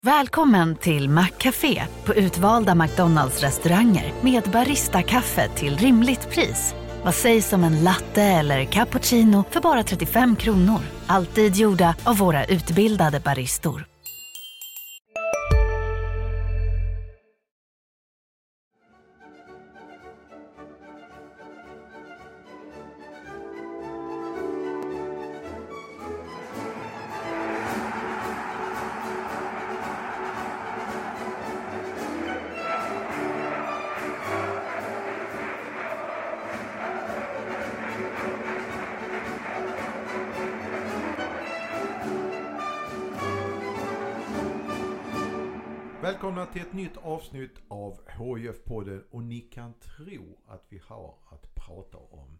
Välkommen till Maccafé på utvalda McDonalds-restauranger med Baristakaffe till rimligt pris. Vad sägs om en latte eller cappuccino för bara 35 kronor? Alltid gjorda av våra utbildade baristor. Välkomna till ett nytt avsnitt av HIF-podden, och ni kan tro att vi har att prata om.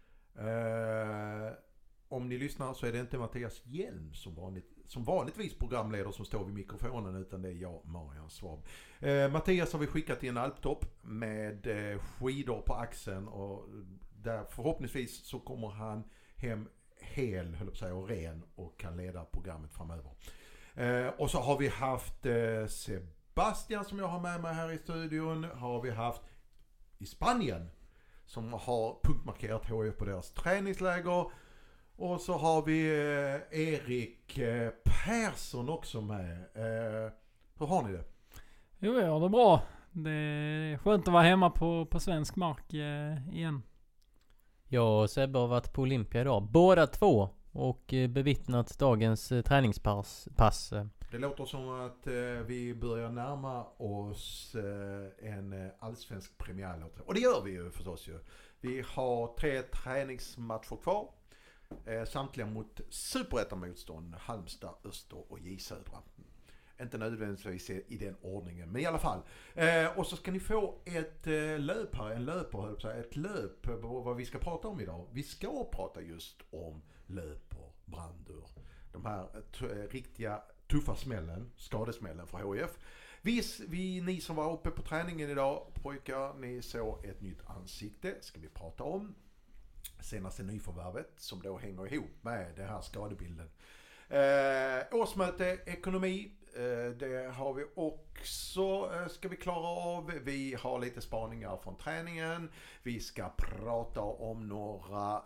Om ni lyssnar så är det inte Mattias Hjelm som vanligtvis programledare som står vid mikrofonen, utan det är jag, Marian Svab. Mattias har vi skickat till en alptopp med skidor på axeln, och där förhoppningsvis så kommer han hem hel, höll jag på att säga, och ren, och kan leda programmet framöver. Och så har vi haft Sebastian som jag har med mig här i studion, har vi haft i Spanien som har punktmarkerat HIF på deras träningsläger, och så har vi Erik Persson också med. Hur har ni det? Jo, jag har det bra. Det är skönt att vara hemma på svensk mark igen. Jag och Sebbe har varit på Olympia idag, båda två, och bevittnat dagens träningspass. Det låter som att vi börjar närma oss en allsvensk premiärlåt. Och det gör vi ju förstås ju. Vi har 3 träningsmatcher kvar. Samtliga mot superettamotstånd: Halmstad, Öster och J Södra. Inte nödvändigtvis i den ordningen, men i alla fall. Och så ska ni få ett löp här, ett löp på vad vi ska prata om idag. Vi ska prata just om löp och brandur. De här riktiga tuffa skadesmällen för HIF. Ni som var uppe på träningen idag, pojkar, ni såg ett nytt ansikte, ska vi prata om. Senaste nyförvärvet som då hänger ihop med den här skadebilden. Årsmöte ekonomi, det har vi också, ska vi klara av. Vi har lite spaningar från träningen. Vi ska prata om några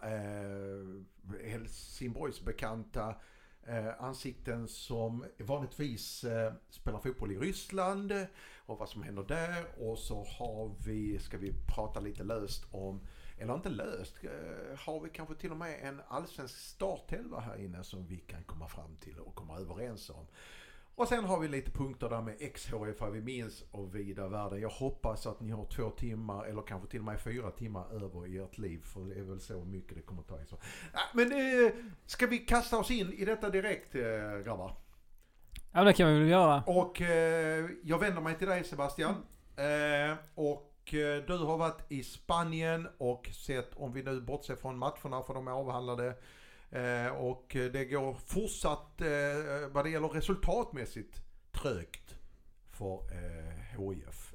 Helsingborgs bekanta ansikten som vanligtvis spelar fotboll i Ryssland och vad som händer där. Och så ska vi prata lite löst om, eller inte löst, har vi kanske till och med en allsvensk startelva här inne som vi kan komma fram till och komma överens om. Och sen har vi lite punkter där med XHF, vi minns, och vida värde. Jag hoppas att ni har 2 timmar eller kanske till och med 4 timmar över i ert liv, för det är väl så mycket det kommer ta i. Så. Men ska vi kasta oss in i detta direkt, grabbar? Ja, det kan vi väl göra. Och jag vänder mig till dig, Sebastian. Och du har varit i Spanien och sett, om vi nu bortser från matcherna för de är avhandlade, och det går fortsatt vad det gäller resultatmässigt trögt för HIF.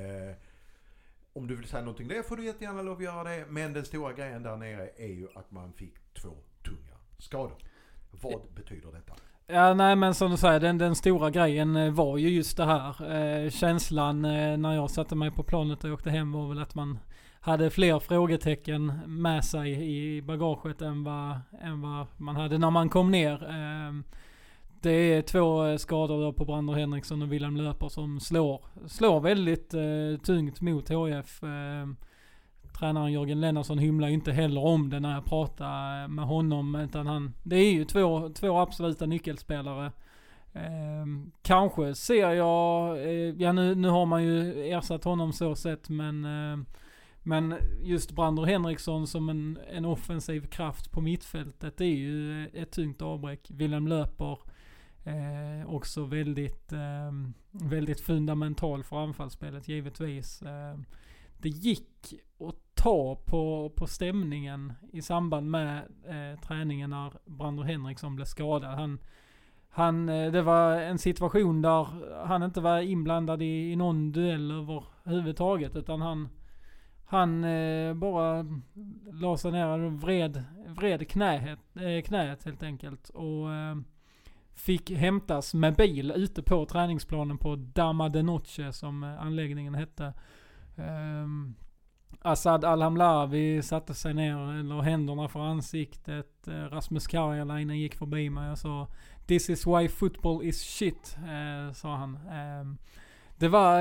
Om du vill säga någonting det får du jättegärna lov att göra det, men den stora grejen där nere är ju att man fick 2 tunga skador. Vad betyder detta? Ja, nej, men som du säger, den stora grejen var ju just det här. Känslan när jag satte mig på planet och åkte hem var väl att man hade fler frågetecken med sig i bagaget än vad man hade när man kom ner. Det är 2 skador då på Brander Henriksson och Wilhelm Löper som slår väldigt tungt mot HIF. Tränaren Jörgen Lennartsson hymlar ju inte heller om det när jag pratar med honom, utan det är ju två absoluta nyckelspelare. Kanske ser jag, nu har man ju ersatt honom så sett, men just Brander Henriksson som en offensiv kraft på mittfältet är ju ett tungt avbräck. Wilhelm Löper också väldigt fundamental för anfallsspelet givetvis. Det gick att ta på stämningen i samband med träningen när Brander Henriksson blev skadad. Det var en situation där han inte var inblandad i någon duell överhuvudtaget, utan han bara la sig ner och vred knät helt enkelt. Och fick hämtas med bil ute på träningsplanen på Dama de Noche som anläggningen hette. Asad Al-Hamlavi satte sig ner, eller händerna för ansiktet. Rasmus Karjalainen gick förbi mig och sa "This is why football is shit", sa han. Det var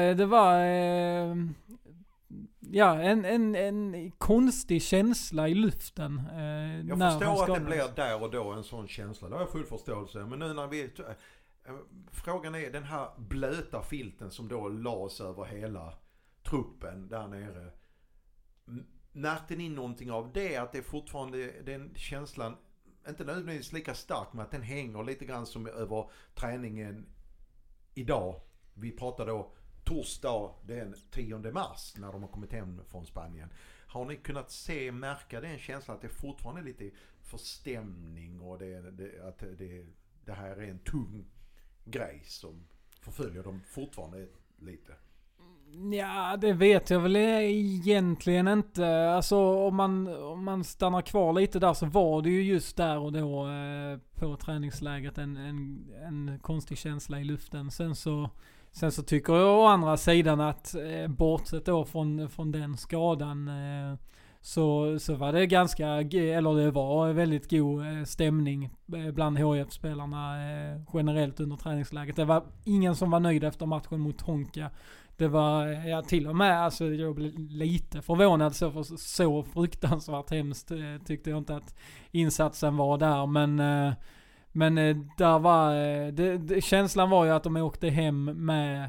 en konstig känsla i luften. Jag förstår att det blir där och då en sån känsla. Det har jag full förståelse. Men nu när vi... Frågan är den här blöta filten som då lades över hela truppen där nere. Märkte ni någonting av det? Att det är fortfarande den känslan, inte nödvändigtvis lika stark, men att den hänger lite grann som över träningen idag. Vi pratar då torsdag den 10 mars när de har kommit hem från Spanien. Har ni kunnat märka den känslan att det fortfarande är lite förstämning och att det här är en tung grej som förföljer dem fortfarande lite? Ja, det vet jag väl egentligen inte. Alltså om man stannar kvar lite där, så var det ju just där och då på träningsläget en konstig känsla i luften. Sen så tycker jag å andra sidan att bortsett då från den skadan så var det det var väldigt god stämning bland HIF-spelarna generellt under träningsläget. Det var ingen som var nöjd efter matchen mot Honka. Det var till och med, alltså jag blev lite förvånad, så fruktansvärt hemskt tyckte jag inte att insatsen var där, men där var känslan var ju att de åkte hem med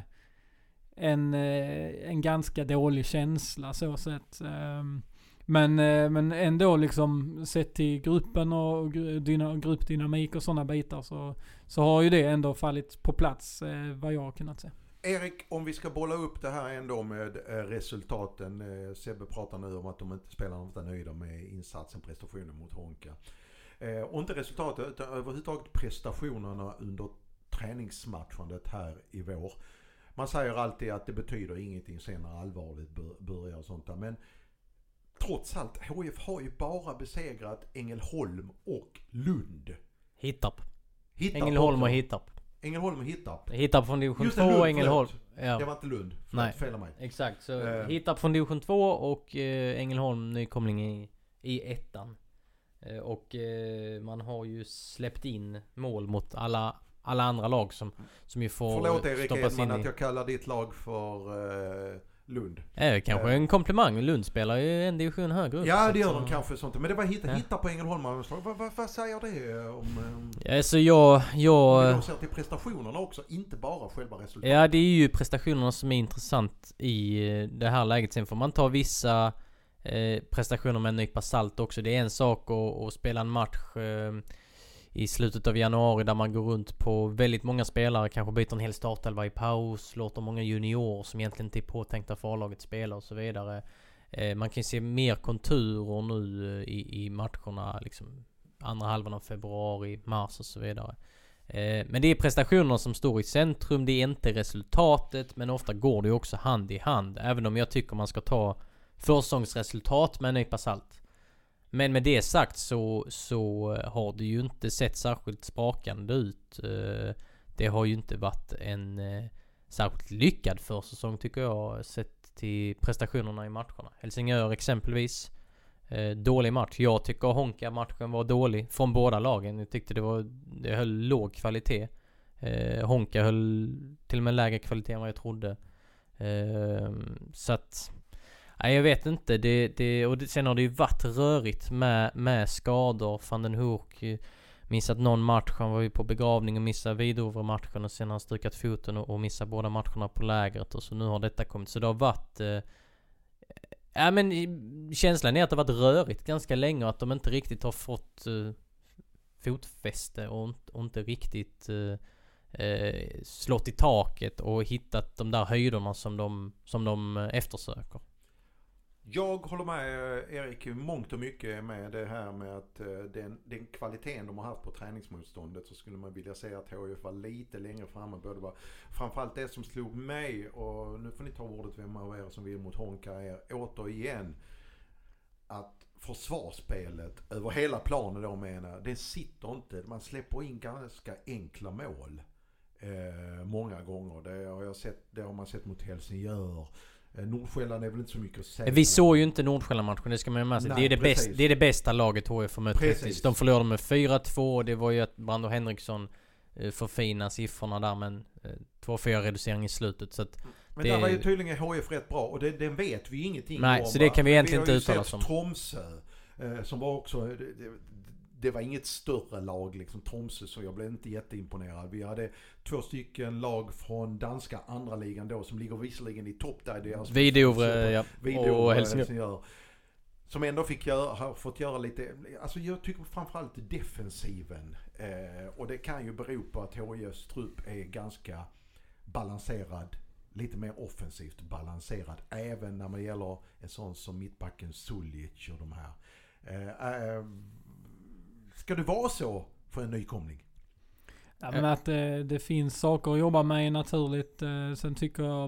en ganska dålig känsla så sett. Men ändå liksom sett till gruppen och gruppdynamik och sådana bitar så har ju det ändå fallit på plats vad jag har kunnat se. Erik, om vi ska bolla upp det här ändå med resultaten. Sebbe pratar nu om att de inte spelar ofta nöjda med insatsen, prestationen mot Honka. Och inte resultatet utan överhuvudtaget prestationerna under träningsmatchandet här i vår. Man säger alltid att det betyder ingenting sen när allvarligt börjar och sånt där. Men trots allt, HIF har ju bara besegrat Ängelholm och Lund. Hittarp. Ängelholm och Hittarp. Ängelholm och Hittarp. Hittarp från division 2 och Ängelholm. Ja. Det var inte Lund. Nej. Fälla mig. Exakt. Så Hittarp från division 2 och Ängelholm nykomling i ettan. Och man har ju släppt in mål mot alla andra lag som ju får förlåt Erik stoppas Edman in i. Att jag kallar ditt lag för Lund. Kanske en komplimang. Lund spelar ju en division högre upp. Ja, det gör de kanske sånt. Men det var hitta på Ängelholm. Vad säger det om... Alltså jag de ser till prestationerna också, inte bara själva resultatet. Ja, det är ju prestationerna som är intressant i det här läget. Sen får man ta vissa prestationer med en nypa salt också. Det är en sak att spela en match i slutet av januari där man går runt på väldigt många spelare, kanske byter en hel startelva i paus, låter många juniorer som egentligen inte är påtänkta för A-laget spela och så vidare. Man kan ju se mer konturer nu i matcherna, liksom andra halvan av februari, mars och så vidare. Men det är prestationerna som står i centrum, det är inte resultatet, men ofta går det ju också hand i hand, även om jag tycker man ska ta försäsongsresultat med en nypa salt. Men med det sagt så har det ju inte sett särskilt sprakande ut. Det har ju inte varit en särskilt lyckad försäsong tycker jag, sett till prestationerna i matcherna. Helsingör exempelvis, dålig match. Jag tycker Honka-matchen var dålig från båda lagen. Jag tyckte det höll låg kvalitet. Honka höll till och med lägre kvalitet än vad jag trodde. Så att... Nej, jag vet inte. Sen har det ju varit rörigt med skador. Van den Hoek missat någon match. Han var ju på begravning och missade Vidovre-matchen. Och sen har han strukat foten och missat båda matcherna på lägret. Och så nu har detta kommit. Så det har varit... men känslan är att det har varit rörigt ganska länge. Och att de inte riktigt har fått fotfäste. Och inte riktigt slått i taket. Och hittat de där höjderna som de eftersöker. Jag håller med Erik mångt och mycket med det här med att den kvaliteten de har haft på träningsmotståndet, så skulle man vilja säga att HIF var lite längre framme. Framförallt det som slog mig, och nu får ni ta ordet vem av er som vill mot Honka, är återigen att försvarsspelet över hela planen då menar, det sitter inte. Man släpper in ganska enkla mål många gånger. Det har man sett mot Helsingör. Nordsjälland är väl inte så mycket att säga. Vi såg ju inte Nordsjälland-matchen, det ska man ju med sig. Nej, det är det bästa laget HIF har mött. De förlorade med 4-2 och det var ju att Brando Henriksson förfina siffrorna där, men 2-4 reducering i slutet. Så att men där var ju tydligen HIF rätt bra och det vet vi ingenting om. Nej, så det kan vi egentligen inte uttala oss om. Tromsö som var också... Det var inget större lag liksom Tromsø, så jag blev inte jätteimponerad. Vi hade 2 stycken lag från danska andra ligan då som ligger visserligen i topp där. Vidovre och Helsingör. Som ändå har fått göra lite, alltså jag tycker framförallt defensiven. Och det kan ju bero på att HIFs trupp är ganska balanserad. Lite mer offensivt balanserad. Även när man gäller en sån som mittbacken Suljic och de här. Ska det vara så för en nykomling? Ja, men att det finns saker att jobba med är naturligt. Sen tycker jag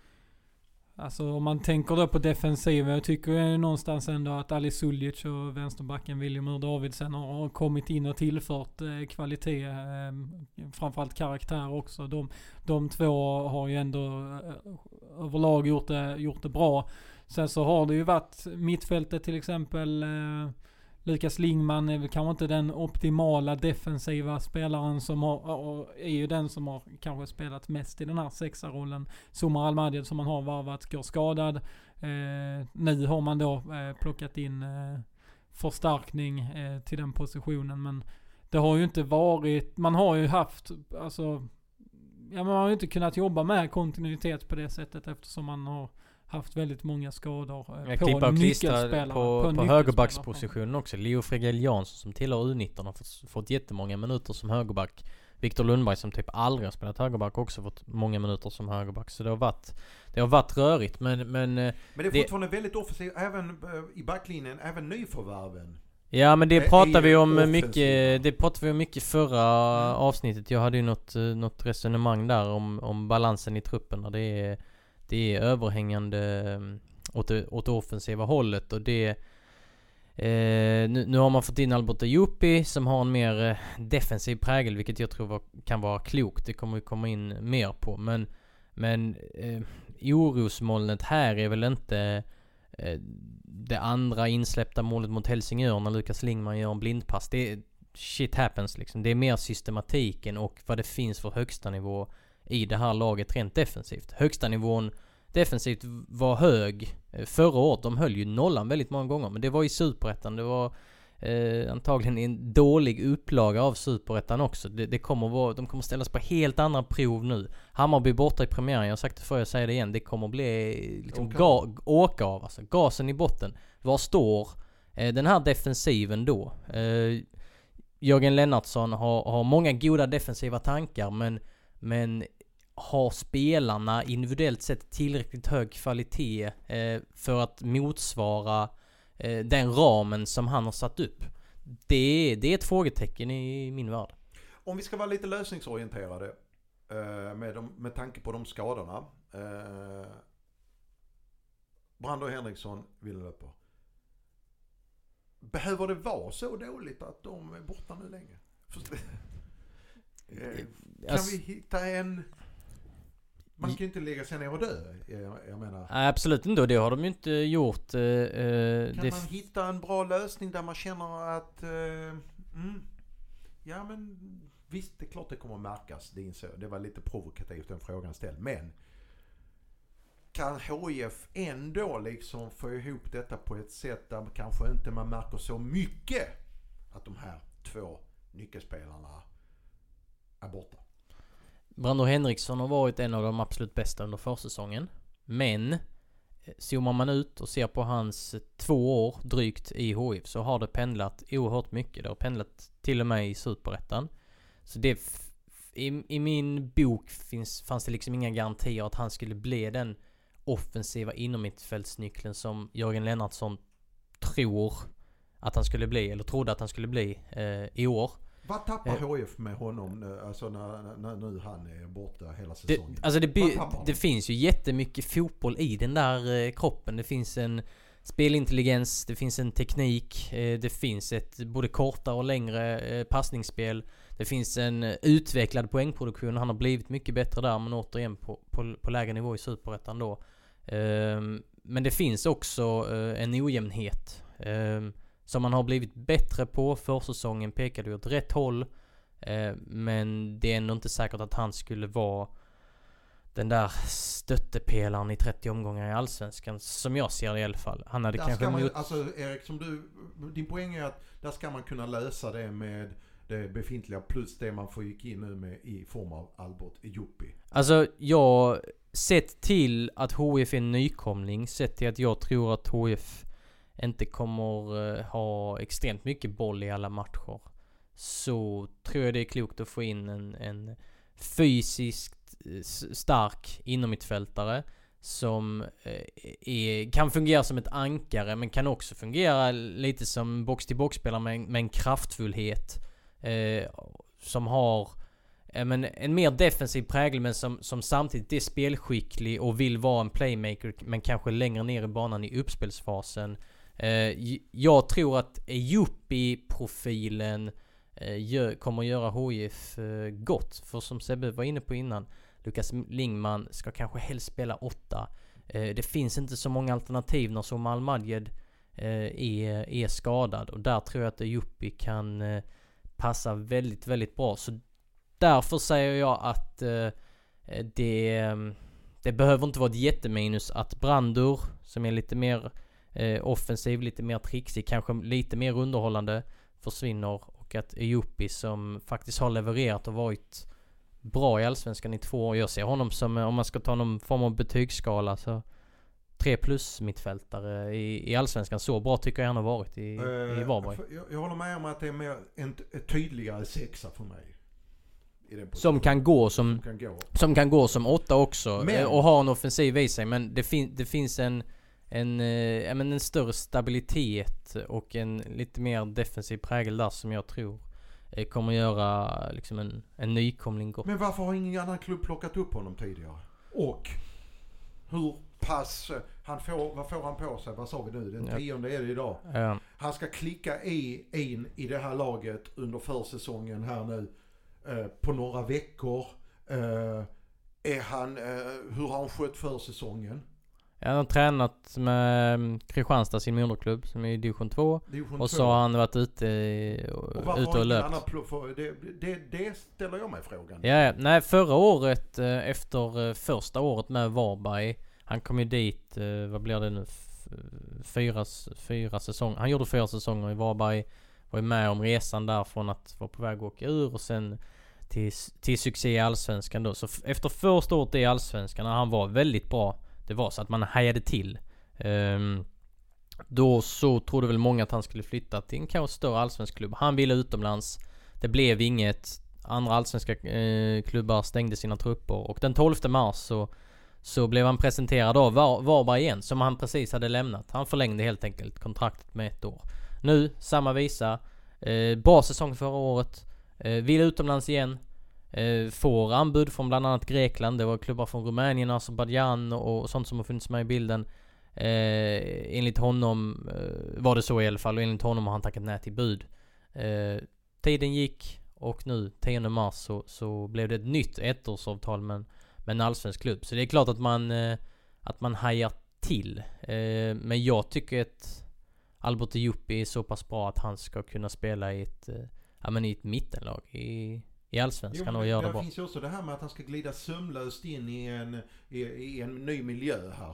alltså om man tänker då på defensiven, jag tycker någonstans ändå att Ali Suljic och vänsterbacken William Ur Davidsen har kommit in och tillfört kvalitet, framförallt karaktär också. De två har ju ändå överlag gjort det bra. Sen så har det ju varit mittfältet till exempel. Lukas Lingman är väl kanske inte den optimala defensiva spelaren som är ju den som har kanske spelat mest i den här 6-rollen. Somar Almadjed som man har varvat går skadad. Nu har man då plockat in förstärkning till den positionen, men det har ju inte varit, man har ju haft, alltså, ja, man har ju inte kunnat jobba med kontinuitet på det sättet eftersom man har haft väldigt många skador på nyckelspelare. På högerbackspositionen också. Leo Fregel Jansson som tillhör U19 har fått jättemånga minuter som högerback. Viktor Lundberg som typ aldrig har spelat högerback också fått många minuter som högerback. Så det har varit rörigt. Men det är fortfarande väldigt offensivt även i backlinjen, även nyförvärven. Ja, men det pratar vi om mycket. Det pratade vi om mycket förra avsnittet. Jag hade ju något resonemang där om balansen i truppen. Och det är överhängande åt det offensiva hållet, och det nu har man fått in Albert Ayopi som har en mer defensiv prägel, vilket jag tror kan vara klokt. Det kommer vi komma in mer på, men orosmolnet här är väl inte det andra insläppta målet mot Helsingör när Lukas Lingman gör en blindpass. Shit happens liksom. Det är mer systematiken och vad det finns för högsta nivå i det här laget rent defensivt. Högsta nivån defensivt var hög förra året. De höll ju nollan väldigt många gånger, men det var i Superettan. Det var antagligen en dålig upplaga av Superettan också. De kommer ställas på helt andra prov nu. Hammarby borta i premiären, jag har sagt det förr, jag säger det igen. Det kommer bli liksom åka av, alltså gasen i botten. Var står den här defensiven då? Jörgen Lennartsson har många goda defensiva tankar, men har spelarna individuellt sett tillräckligt hög kvalitet för att motsvara den ramen som han har satt upp? Det är ett frågetecken i min värld. Om vi ska vara lite lösningsorienterade med tanke på de skadorna. Brando Henriksson vill löpa. Behöver det vara så dåligt att de är borta nu länge? Kan vi hitta en... Man kan ju inte lägga sig ner och dö, jag menar. Absolut inte, och det har de ju inte gjort. Kan man hitta en bra lösning där man känner att... ja, men visst, det är klart det kommer att märkas. Det var lite provokativt den frågan ställd. Men kan HIF ändå liksom få ihop detta på ett sätt där kanske inte man märker så mycket att de här 2 nyckelspelarna är borta? Brando Henriksson har varit en av de absolut bästa under försäsongen. Men zoomar man ut och ser på hans 2 år drygt i HIF, så har det pendlat oerhört mycket. Det har pendlat till och med i Superettan. Så det i min bok fanns det liksom inga garantier att han skulle bli den offensiva inommittfältsnyckeln som Jörgen Lennartsson tror att han skulle bli, eller trodde att han skulle bli i år. Vad tappar HIF med honom alltså när nu han är borta hela säsongen? Det finns ju jättemycket fotboll i den där kroppen. Det finns en spelintelligens, det finns en teknik, det finns ett både kortare och längre passningsspel. Det finns en utvecklad poängproduktion. Han har blivit mycket bättre där, men återigen på lägre nivå i Superettan då. Men det finns också en ojämnhet som man har blivit bättre på. Försäsongen pekade ju åt rätt håll. Men det är ändå inte säkert att han skulle vara den där stöttepelaren i 30 omgångar i Allsvenskan, som jag ser det i alla fall. Han hade där kanske man, alltså Erik, din poäng är att där ska man kunna lösa det med det befintliga plus det man får gick in nu med i form av Albert Ejupi. Alltså jag sett till att HIF är en nykomling, sett till att jag tror att HIF inte kommer ha extremt mycket boll i alla matcher, så tror jag det är klokt att få in en fysiskt stark inomhittfältare som kan fungera som ett ankare, men kan också fungera lite som box-till-box-spelare med en kraftfullhet som har en mer defensiv prägel, men som samtidigt är spelskicklig och vill vara en playmaker, men kanske längre ner i banan i uppspelsfasen. Jag tror att Ejupi-profilen kommer att göra HIF gott. För som Sebbe var inne på innan, Lukas Lingman ska kanske helst spela 8. Det finns inte så många alternativ när Som Al-Madjed är skadad. Och där tror jag att Ejupi kan passa väldigt, väldigt bra. Så därför säger jag att det behöver inte vara ett jätteminus att Brandur, som är lite mer offensiv, lite mer trixig, kanske lite mer underhållande, försvinner. Och att Ejupi, som faktiskt har levererat och varit bra i Allsvenskan i 2 år. Jag ser honom som, om man ska ta någon form av betygsskala, så 3+ mittfältare i Allsvenskan. Så bra tycker jag han har varit i Varberg. Jag håller med om att det är mer en tydligare 6 för mig. Som kan gå som 8 också, och ha en offensiv i sig. Men det finns en större stabilitet och en lite mer defensiv prägel där, som jag tror kommer göra liksom en nykomling gott. Men varför har ingen annan klubb plockat upp honom tidigare? Och hur pass vad får han på sig? Vad sa vi nu? Den 10:e är det idag. Ja. Han ska klicka in i det här laget under försäsongen här nu på några veckor. Hur har han skött försäsongen? Han har tränat med Kristianstad, sin moderklubb, som är i division 2. Och så har han varit ute och löpt. Det ställer jag mig frågan. Ja. Nej, förra året, efter första året med Varberg, han kom ju dit, vad blir det nu? 4 säsonger. Han gjorde 4 säsonger i Varberg. Var ju med om resan där från att vara på väg att åka ur och sen till succé i Allsvenskan då. Så efter första året i Allsvenskan, när han var väldigt bra, det var så att man hejade till. Då så trodde väl många att han skulle flytta till en kanske större allsvensk klubb. Han ville utomlands. Det blev inget. Andra allsvenska klubbar stängde sina trupper. Och den 12 mars så blev han presenterad av Varberg igen, som han precis hade lämnat. Han förlängde helt enkelt kontraktet med 1 år. Nu, samma visa. Bra säsong förra året. Vill utomlands igen. Får anbud från bland annat Grekland. Det var klubbar från Rumänien, Azerbaijan och sånt som har funnits med i bilden. Enligt honom var det så i alla fall, och enligt honom har han tackat nej till bud. Tiden gick och nu 10 mars så blev det ett nytt 1-årsavtal med en allsvensk klubb. Så det är klart att man hajar till. Men jag tycker att Albert Ejupi är så pass bra att han ska kunna spela i ett mittenlag i Allsvenskan och göra det bra. Det finns ju också det här med att han ska glida sömlöst in i en ny miljö här.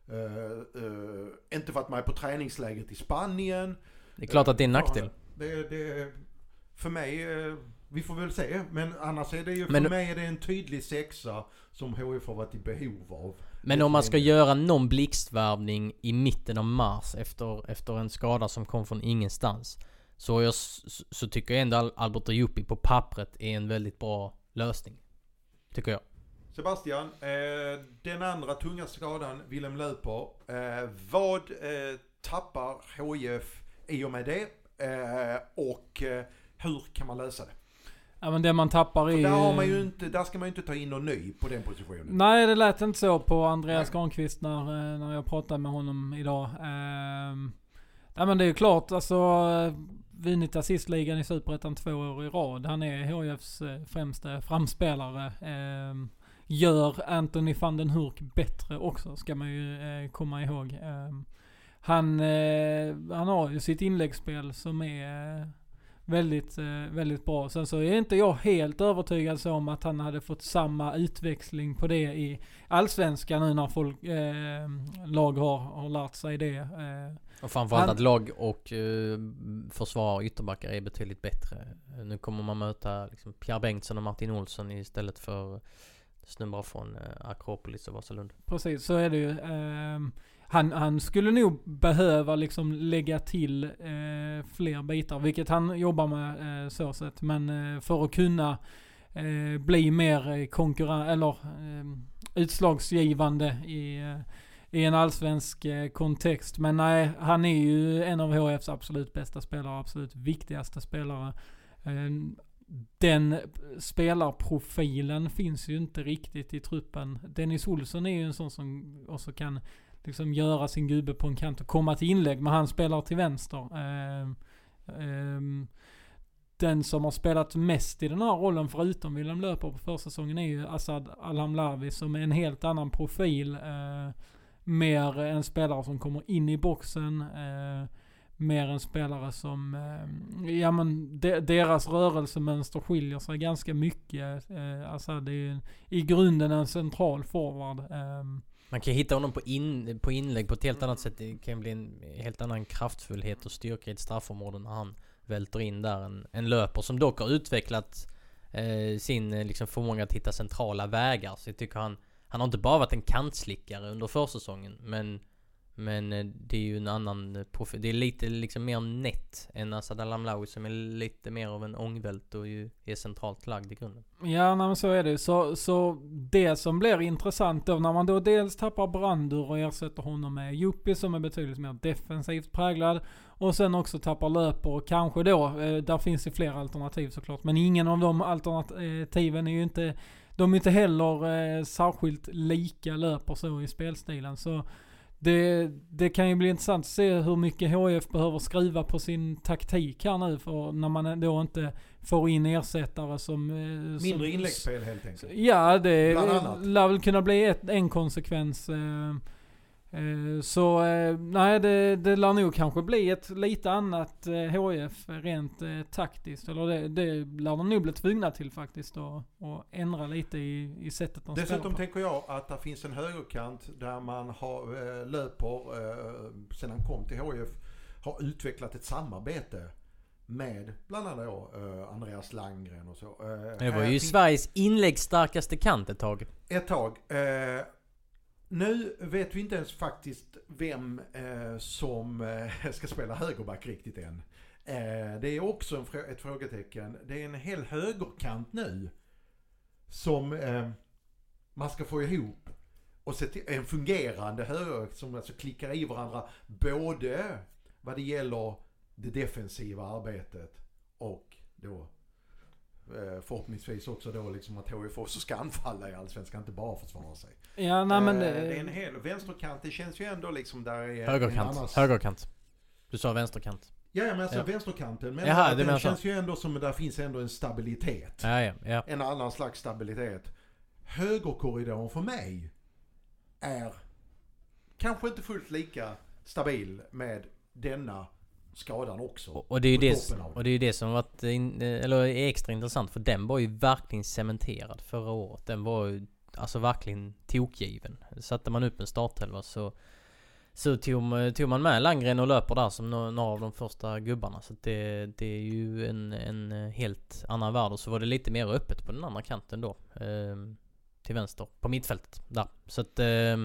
Inte för att man är på träningsläget i Spanien. Det är klart att det är en nackdel. För mig, vi får väl se. Men annars är det ju, för mig är det en tydlig 6 som HIF har varit i behov av. Men om man ska göra någon blixtvärvning i mitten av mars efter en skada som kom från ingenstans, så tycker jag ändå Albert Ejupi på pappret är en väldigt bra lösning. Tycker jag. Sebastian, den andra tunga skadan, Willem Löper. Vad tappar HIF i och med det? Och hur kan man lösa det? Ja, men det man tappar är där har man ju inte, där ska man ju inte ta in någon ny på den positionen. Nej, det lät inte så på Andreas Granqvist när jag pratade med honom idag. Ja, men det är ju klart, alltså vunnit assistligan i Superettan 2 år i rad. Han är HIFs främsta framspelare. Gör Anthony van den Hurk bättre också, ska man ju komma ihåg. Han har ju sitt inläggsspel som är väldigt, väldigt bra. Sen så är inte jag helt övertygad om att han hade fått samma utväxling på det i Allsvenskan nu när folk lag har lärt sig det. Och framförallt att lag och försvar och ytterbackar är betydligt bättre. Nu kommer man möta liksom Pierre Bengtsson och Martin Olsson istället för snubbar från Akropolis och Vasalund. Precis, så är det ju. Han skulle nog behöva liksom lägga till fler bitar, vilket han jobbar med så sätt. Men för att kunna bli mer utslagsgivande i en allsvensk kontext. Men nej, han är ju en av HFs absolut bästa spelare, absolut viktigaste spelare. Den spelarprofilen finns ju inte riktigt i truppen. Dennis Olsson är ju en sån som också kan liksom göra sin gubbe på en kant och komma till inlägg, men han spelar till vänster. Den som har spelat mest i den här rollen förutom Willem Löper på försäsongen är ju Asad Alhamlawi, som är en helt annan profil. Mer en spelare som kommer in i boxen. Mer en spelare som deras rörelsemönster skiljer sig ganska mycket. Alltså det är i grunden en central forward. Man kan hitta honom på inlägg på ett helt annat sätt. Det kan bli en helt annan kraftfullhet och styrka i ett straffområde när han välter in där. En löper som dock har utvecklat sin liksom förmåga att hitta centrala vägar. Så jag tycker han har inte bara varit en kantslickare under försäsongen, men det är ju en annan profil. Det är lite liksom mer nätt än Asad Alhamlawi som är lite mer av en ångvält och ju är centralt lagd i grunden. Ja, men så är det. Så det som blir intressant då, när man då dels tappar Brandur och ersätter honom med Juppi som är betydligt mer defensivt präglad, och sen också tappar Löper, och kanske då, där finns det fler alternativ såklart, men ingen av de alternativen är ju inte, de är inte heller särskilt lika Löper så i spelstilen. Så det kan ju bli intressant att se hur mycket HIF behöver skruva på sin taktik här nu, för när man då inte får in ersättare som mindre inläggsspel helt enkelt. Ja, det lär väl kunna bli en konsekvens. Så nej, det lär nog kanske bli ett lite annat HIF rent taktiskt. Eller det lär de nog bli tvungna till faktiskt, och ändra lite i sättet de spelar på. Dessutom tänker jag att det finns en högerkant där man har Löper, sen han kom till HIF, har utvecklat ett samarbete med bland annat Andreas Langgren och så. Det var ju Sveriges inläggsstarkaste kant ett tag. Nu vet vi inte ens faktiskt vem som ska spela högerback riktigt än. Det är också ett frågetecken. Det är en hel högerkant nu som man ska få ihop och se till en fungerande höger som alltså klickar i varandra, både vad det gäller det defensiva arbetet och då förhoppningsvis också då liksom att HIF också ska anfalla i Allsvenskan, inte bara försvara sig. Ja, nej, men det är en hel vänsterkant, det känns ju ändå liksom där är högerkant. Du sa vänsterkant. Ja, men alltså vänsterkanten, men det känns ju ändå som att där finns ändå en stabilitet. Ja. En annan slags stabilitet. Högerkorridoren för mig är kanske inte fullt lika stabil med denna skadan också. Och det är ju det som varit är extra intressant, för den var ju verkligen cementerad förra året. Den var ju alltså verkligen tokgiven. Satte man upp en startelva så tog man med Langgren och Löper där som några av de första gubbarna. Så det är ju en helt annan värld. Och så var det lite mer öppet på den andra kanten då. Till vänster. På mittfältet. Där. Så att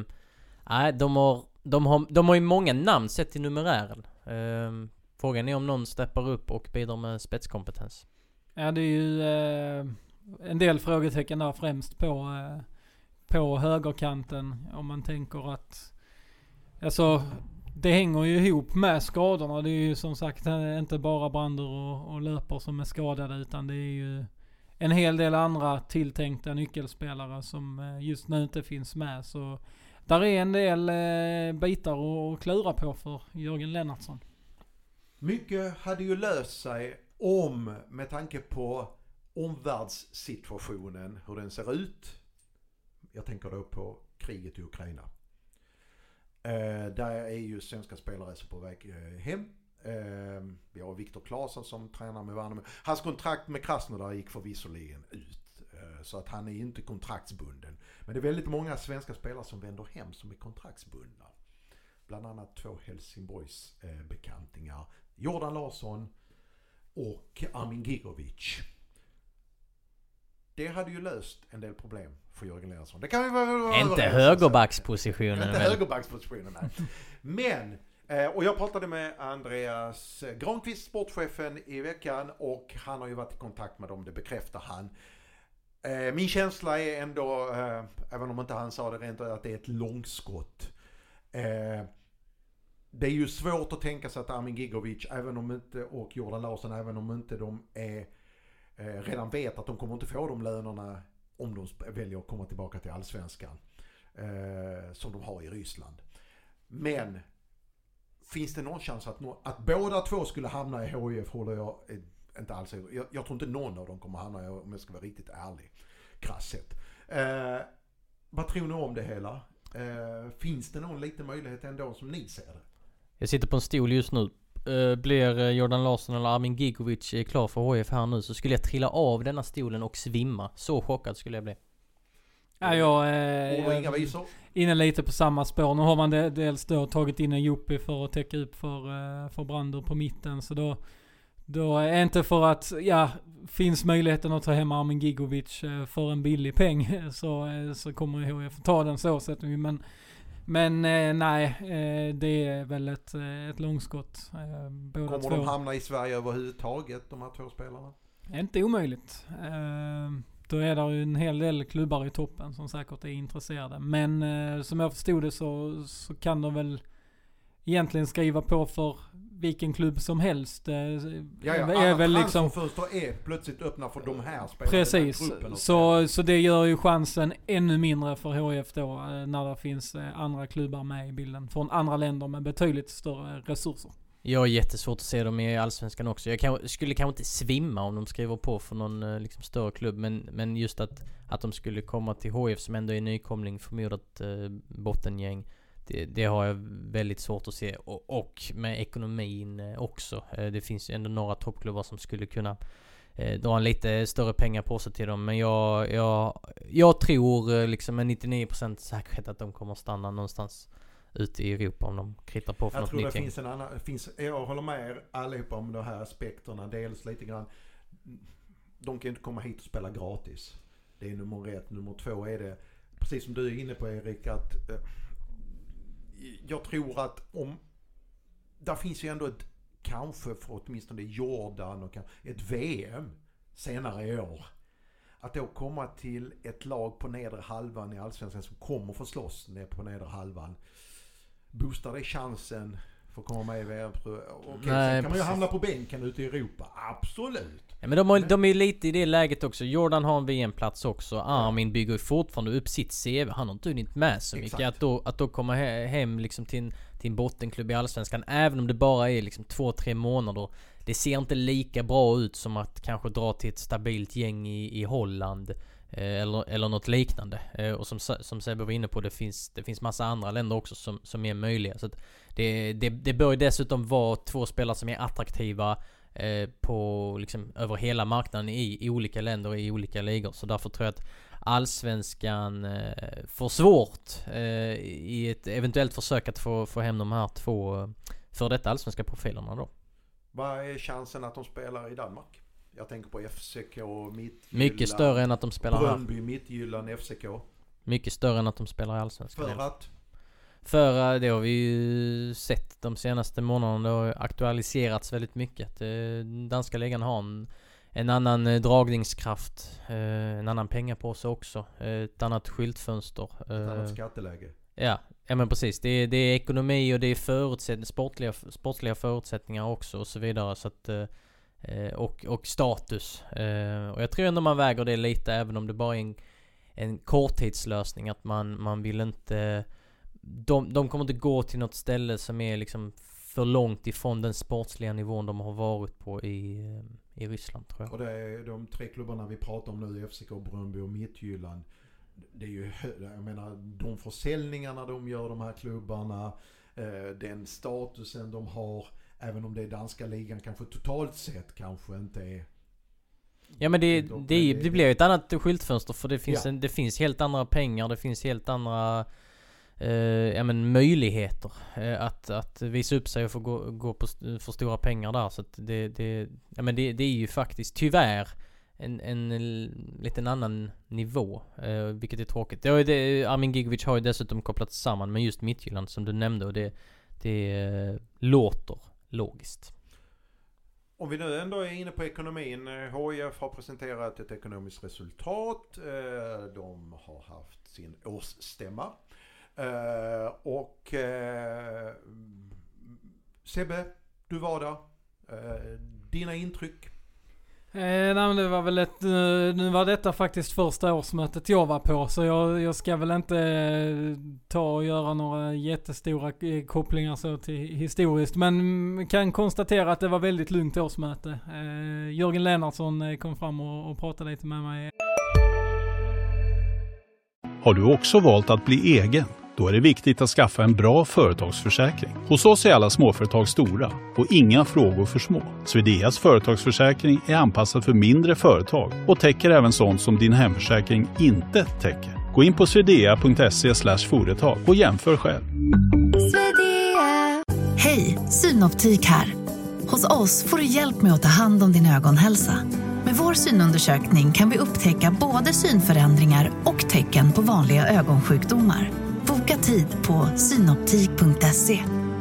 de har ju många namn sett till numerären. Frågan är om någon steppar upp och bidrar med spetskompetens. Ja, det är ju en del frågetecken där främst på högerkanten. Om man tänker att alltså, det hänger ju ihop med skadorna. Det är ju som sagt inte bara Brandur och Löper som är skadade, utan det är ju en hel del andra tilltänkta nyckelspelare som just nu inte finns med. Så där är en del bitar att klura på för Jörgen Lennartsson. Mycket hade ju löst sig med tanke på omvärldssituationen, hur den ser ut. Jag tänker då på kriget i Ukraina. Där är ju svenska spelare så på väg hem. Vi har Viktor Claesson som tränar med Värnamo. Hans kontrakt med Krasnodar gick förvisserligen ut. Så att han är ju inte kontraktsbunden. Men det är väldigt många svenska spelare som vänder hem som är kontraktsbundna. Bland annat 2 Helsingborgs bekantingar. Jordan Larsson och Armin Gigovic. Det hade ju löst en del problem för Jörgen Lennartsson. Det kan vi vara inte högerbackspositionen. Inte högerbackspositionen, nej. Men, och jag pratade med Andreas Granqvist, sportchefen, i veckan, och han har ju varit i kontakt med dem, det bekräftar han. Min känsla är ändå, även om inte han sa det rent, att det är ett långskott. Det är ju svårt att tänka sig att Armin Gigovic och Jordan Larsson, även om inte de redan vet att de kommer inte få de lönerna om de väljer att komma tillbaka till allsvenskan som de har i Ryssland. Men finns det någon chans att båda två skulle hamna i HIF, håller jag inte alls. Jag tror inte någon av dem kommer hamna, om jag ska vara riktigt ärlig, krasset. Vad tror ni om det hela? Finns det någon liten möjlighet ändå som ni ser det? Jag sitter på en stol just nu. Blir Jordan Larsson eller Armin Gigovic klar för HIF här nu, så skulle jag trilla av denna stolen och svimma. Så chockad skulle jag bli. Ja, jag är inne lite på samma spår. Nu har man dels då tagit in en Joppi för att täcka upp för Brander på mitten. Så då är inte för att, finns möjligheten att ta hem Armin Gigovic för en billig peng så kommer HIF ta den så sätt. Men nej, det är väl ett långskott. Båda kommer de hamna i Sverige överhuvudtaget, de här 2 spelarna? Inte omöjligt. Då är det ju en hel del klubbar i toppen som säkert är intresserade. Men som jag förstod det så kan de väl egentligen skriva på för vilken klubb som helst. Är väl liksom fönster är plötsligt öppna för de här spelarna. Precis. Så det gör ju chansen ännu mindre för HIF då när det finns andra klubbar med i bilden från andra länder med betydligt större resurser. Jag har jättesvårt att se dem i allsvenskan också. Jag skulle kanske inte svimma om de skriver på för någon liksom större klubb, men just att de skulle komma till HIF som ändå är nykomling, förmodat bottengäng. Det har jag väldigt svårt att se. Och med ekonomin också. Det finns ju ändå några toppklubbar som skulle kunna dra en lite större pengar på sig till dem. Men jag tror liksom med 99% säkerhet att de kommer stanna någonstans ute i Europa om de kritar på för något nytt. Jag tror det finns jag håller med er allihopa om de här aspekterna. Dels lite grann, de kan ju inte komma hit och spela gratis. Det är nummer 1. Nummer 2 är det, precis som du är inne på, Erik, att jag tror att där finns ju ändå kanske för åtminstone Jordan och ett VM senare i år. Att då komma till ett lag på nedre halvan i allsvenskan som kommer få slåss ner på nedre halvan. Boostar det chansen för att komma med i VM? Sen kan man ju hamna på bänken ute i Europa. Absolut. Ja, men de är lite i det läget också. Jordan har en VM-plats också. Armin bygger fortfarande upp sitt CV. Han har inte hunnit med så mycket. Att då komma hem liksom till en bottenklubb i allsvenskan, även om det bara är liksom 2-3 månader. Det ser inte lika bra ut som att kanske dra till ett stabilt gäng i Holland eller något liknande. Och som Sebbe var inne på, det finns massa andra länder också som är möjliga. Så att det bör ju dessutom vara 2 spelare som är attraktiva på liksom över hela marknaden i olika länder och i olika ligor. Så därför tror jag att allsvenskan får svårt i ett eventuellt försök att få hem de här 2 för detta allsvenska profilerna då. Vad är chansen att de spelar i Danmark? Jag tänker på FCK, Midtjylland. Mycket större än att de spelar här. Bröndby, Midtjylland, FCK. Mycket större än att de spelar i allsvenskan. För att? Det har vi ju sett de senaste månaderna. Det har aktualiserats väldigt mycket. Danska ligan har en annan dragningskraft. En annan pengapåse också. Ett annat skyltfönster. Ett annat skatteläge. Ja, men precis. Det är ekonomi och det är sportliga förutsättningar också och så vidare. Så att och status. Och jag tror ändå man väger det lite, även om det bara är en korttidslösning, att man vill inte... De kommer inte gå till något ställe som är liksom för långt ifrån den sportsliga nivån de har varit på i Ryssland, tror jag. Och det är de 3 klubbarna vi pratar om nu, FCK, Brøndby och Midtjylland. Det är ju, jag menar, de försäljningarna de gör, de här klubbarna, den statusen de har, även om det är danska ligan kanske totalt sett kanske inte är... Ja, men det blir ju ett annat skyltfönster, för det finns helt andra pengar, det finns helt andra möjligheter att visa upp sig och få gå på för stora pengar där, så att det är ju faktiskt tyvärr en liten annan nivå, vilket är tråkigt. Armin Gigovic har ju dessutom kopplats samman med just Midtjylland som du nämnde, och det låter logiskt. Om vi nu ändå är inne på ekonomin, HIF har presenterat ett ekonomiskt resultat. De har haft sin årsstämma. Sebbe, du var där. Dina intryck? Nej, men det var väl nu var detta faktiskt första årsmötet jag var på, så jag ska väl inte ta och göra några jättestora kopplingar så till historiskt, men kan konstatera att det var väldigt lugnt årsmöte. Jörgen Lennartsson kom fram och pratade lite med mig. Har du också valt att bli egen? Då är det viktigt att skaffa en bra företagsförsäkring. Hos oss är alla småföretag stora och inga frågor för små. Swedeas företagsförsäkring är anpassad för mindre företag och täcker även sånt som din hemförsäkring inte täcker. Gå in på swedea.se/företag och jämför själv. Hej, Synoptik här. Hos oss får du hjälp med att ta hand om din ögonhälsa. Med vår synundersökning kan vi upptäcka både synförändringar och tecken på vanliga ögonsjukdomar. Boka tid på synoptik.se.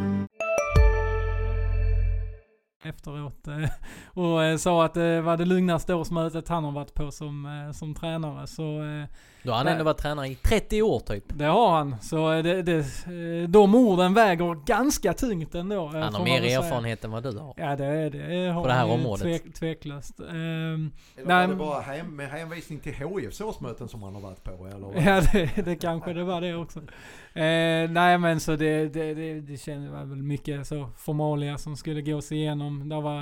Efteråt och sa att det var det lugnaste årsmötet han har varit på som tränare. Så, då har han ändå varit tränare i 30 år typ. Det har han. Så de orden väger ganska tungt ändå. Han har mer erfarenhet än vad du har. Ja, det har på det här han området. Tveklöst. Eller var det bara med hänvisning till HIFs årsmöten som han har varit på? Eller? Ja, det kanske det var det också. Nej, men så det kändes väl mycket så formalia som skulle gås igenom.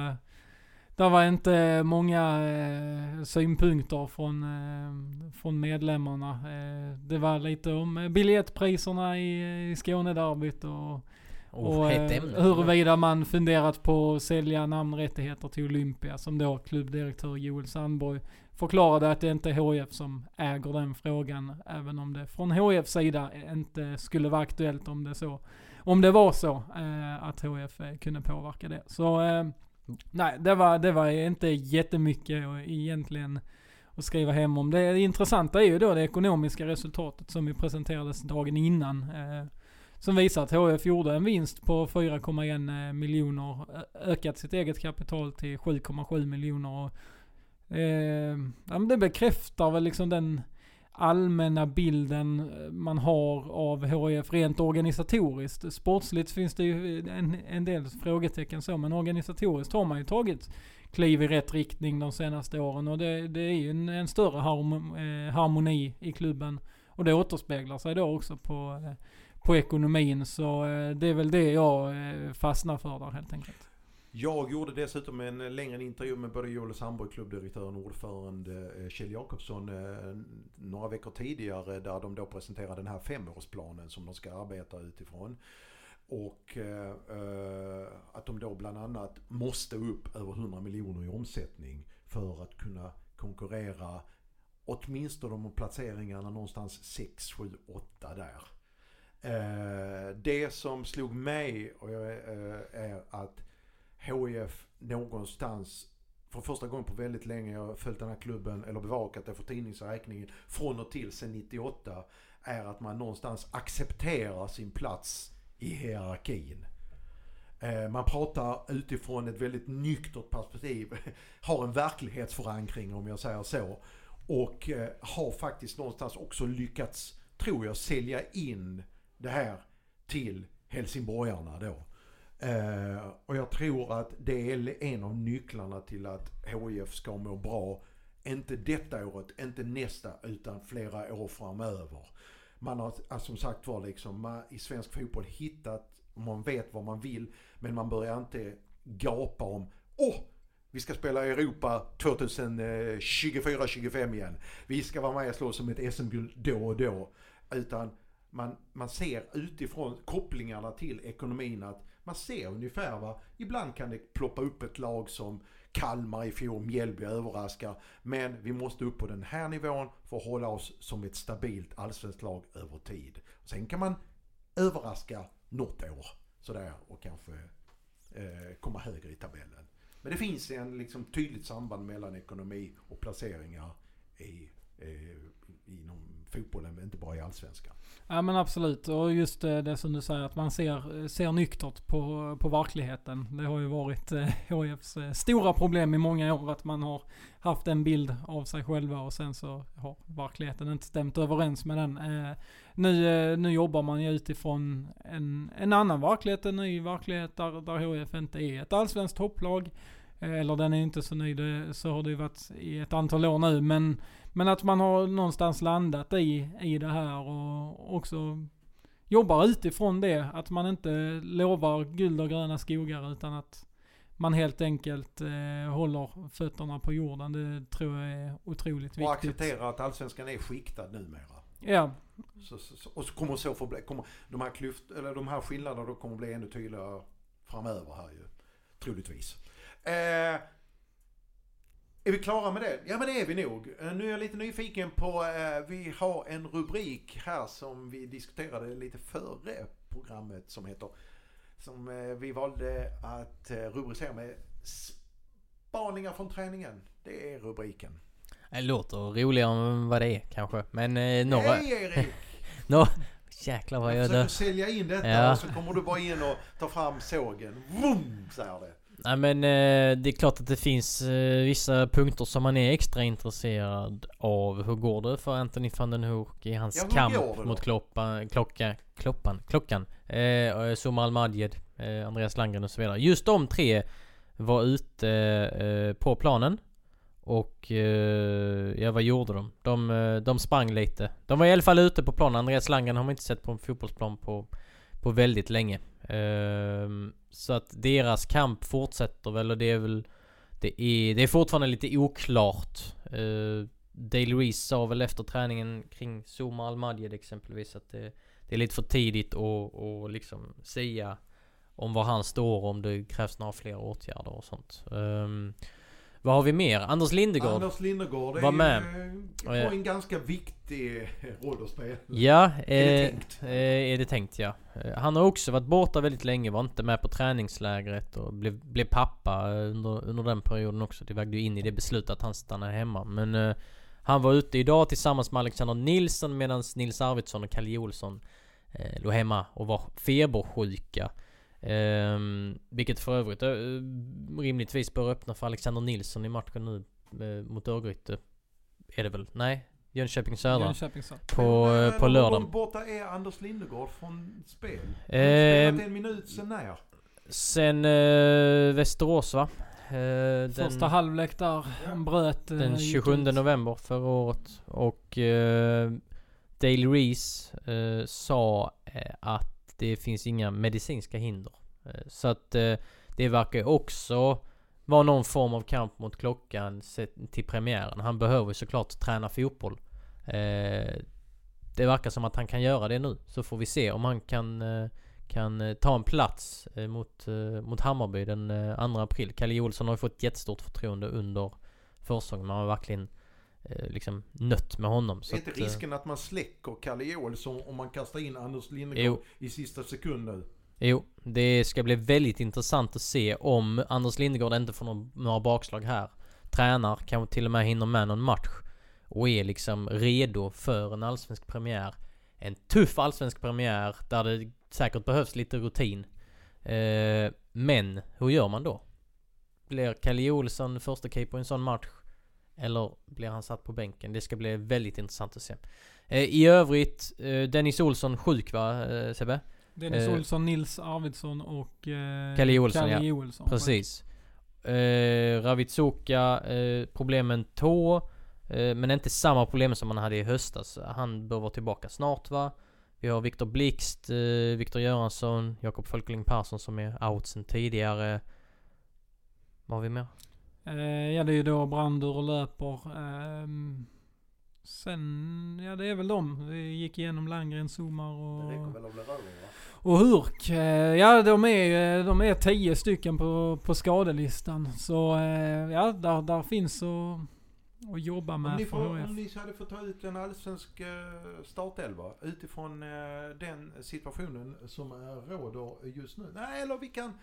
Det var inte många synpunkter från medlemmarna. Det var lite om biljettpriserna i Skånederbyt och huruvida man funderat på att sälja namnrättigheter till Olympia, som då klubbdirektör Joel Sandborg förklarade att det inte är HIF som äger den frågan, även om det från HIFs sida inte skulle vara aktuellt om det var så att HIF kunde påverka det. Så nej, det var inte jättemycket egentligen att skriva hem om. Det intressanta är ju då det ekonomiska resultatet som ju presenterades dagen innan, som visar att HIF gjorde en vinst på 4,1 miljoner, ökat sitt eget kapital till 7,7 miljoner. Det bekräftar väl liksom den allmänna bilden man har av HIF rent organisatoriskt. Sportsligt finns det ju en del frågetecken så, men organisatoriskt har man ju tagit kliv i rätt riktning de senaste åren, och det är ju en större harmoni i klubben, och det återspeglar sig då också på ekonomin, så det är väl det jag fastnar för där helt enkelt. Jag gjorde dessutom en längre intervju med både Joel Sandborg, klubbdirektören och ordförande Kjell Jakobsson några veckor tidigare, där de då presenterade den här 5-årsplanen som de ska arbeta utifrån. Och att de då bland annat måste upp över 100 miljoner i omsättning för att kunna konkurrera åtminstone de placeringarna någonstans 6, 7, 8 där. Det som slog mig är att HIF någonstans för första gången på väldigt länge, jag har följt den här klubben eller bevakat det för tidningsräkningen från och till sedan 98, är att man någonstans accepterar sin plats i hierarkin. Man pratar utifrån ett väldigt nyktert perspektiv, har en verklighetsförankring om jag säger så, och har faktiskt någonstans också lyckats, tror jag, sälja in det här till helsingborgarna då. Och jag tror att det är en av nycklarna till att HIF ska må bra. Inte detta året, inte nästa, utan flera år framöver. Man har som sagt var liksom i svensk fotboll hittat, man vet vad man vill, men man börjar inte gapa om vi ska spela i Europa 2024-25 igen. Vi ska vara med och slå som ett SM-guld då och då. Utan man ser utifrån kopplingarna till ekonomin att man ser ungefär ibland kan det ploppa upp ett lag som Kalmar i fjol, Mjällby överraskar. Men vi måste upp på den här nivån för att hålla oss som ett stabilt allsvenskt lag över tid. Sen kan man överraska något år sådär och kanske komma högre i tabellen. Men det finns en liksom tydligt samband mellan ekonomi och placeringar inom fotbollen, men inte bara i allsvenskan. Ja men absolut, och just det som du säger att man ser nyktert på verkligheten. Det har ju varit HIFs stora problem i många år att man har haft en bild av sig själva och sen så har verkligheten inte stämt överens med den. Nu jobbar man ju utifrån en annan verklighet, en ny verklighet där HIF inte är ett allsvenskt topplag. Eller den är inte så ny, så har det ju varit i ett antal år nu. Men att man har någonstans landat i det här och också jobbar utifrån det. Att man inte lovar guld och gröna skogar utan att man helt enkelt håller fötterna på jorden. Det tror jag är otroligt viktigt. Och acceptera att allsvenskan är skiktad numera. Ja. Och så kommer så de här skillnaderna då kommer bli ännu tydligare framöver här ju. Troligtvis. Är vi klara med det? Ja men det är vi nog. Nu är jag lite nyfiken på, vi har en rubrik här som vi diskuterade lite före programmet som vi valde att rubricera med spaningar från träningen. Det är rubriken. Det låter roligare än vad det är kanske. Men några... Hej Erik! Jäklar vad jag gör det. försöker sälja in detta och så kommer du bara in och ta fram sågen. Vroom, säger det. Nej men det är klart att det finns vissa punkter som man är extra intresserad av. Hur går det för Anthony van den Hoek i hans kamp mot Klockan? Souma Al-Madjed, Andreas Landgren och så vidare. Just de tre var ute på planen. Och vad gjorde de? De sprang lite. De var i alla fall ute på planen. Andreas Landgren har man inte sett på en fotbollsplan på väldigt länge. Så att deras kamp fortsätter väl, och det är fortfarande lite oklart. Dale Reese sa väl efter träningen kring Souma Al-Madjed exempelvis att det är lite för tidigt att liksom säga om var han står, om det krävs några fler åtgärder och sånt. Vad har vi mer? Anders Lindegaard var med. Har en ganska viktig roll att spela. Ja, är det tänkt, ja. Han har också varit borta väldigt länge, var inte med på träningslägret och blev pappa under den perioden också. Det vägde ju in i det beslutet att han stannar hemma. Men han var ute idag tillsammans med Alexander Nilsson, medan Nils Arvidsson och Kalle Olsson låg hemma och var febersjuka. Vilket för övrigt rimligtvis bör öppna för Alexander Nilsson i matchen nu mot Örgryte. Är det väl? Nej, Jönköping Södra. På lördag. Hur borta är Anders Lindegaard från spel? Han har spelat en minut sen när? Sen Västerås, va? Första halvlek där bröt den 27 november förra året. Och Dale Reese sa att det finns inga medicinska hinder. Så att det verkar också vara någon form av kamp mot Klockan till premiären. Han behöver såklart träna fotboll. Det verkar som att han kan göra det nu. Så får vi se om han kan ta en plats mot Hammarby den 2 april. Kalle Olsson har ju fått jättestort förtroende under försäsongen. Man har verkligen liksom nött med honom. Så är inte risken att man släcker Kalle Olsson om man kastar in Anders Lindegaard i sista sekunden? Jo, det ska bli väldigt intressant att se om Anders Lindegaard inte får några bakslag här. Tränar, kanske till och med hinner med någon match och är liksom redo för en allsvensk premiär. En tuff allsvensk premiär där det säkert behövs lite rutin. Men hur gör man då? Blir Kalle Olsson första keeper i en sån match? Eller blir han satt på bänken? Det ska bli väldigt intressant att se. I övrigt, Dennis Olsson sjuk, va, Sebbe? Dennis Olsson, Nils Arvidsson och Kalle Olsson, Kalle Olsson. Precis. Ravitsuka, problemen tå, men inte samma problem som man hade i höstas. Han bör vara tillbaka snart, va? Vi har Viktor Blixt, Viktor Göransson, Jakob Folkling Persson som är out sen tidigare. Vad har vi mer? Ja, det är ju då Brandur och löper. Sen, ja det är väl de. Vi gick igenom Landgren, Somar och Hurk. Ja, de är 10 stycken på skadelistan. Så ja, där finns att jobba med för HF. Om ni hade fått ta ut en allsvensk startelva utifrån den situationen som råder just nu. Nej, eller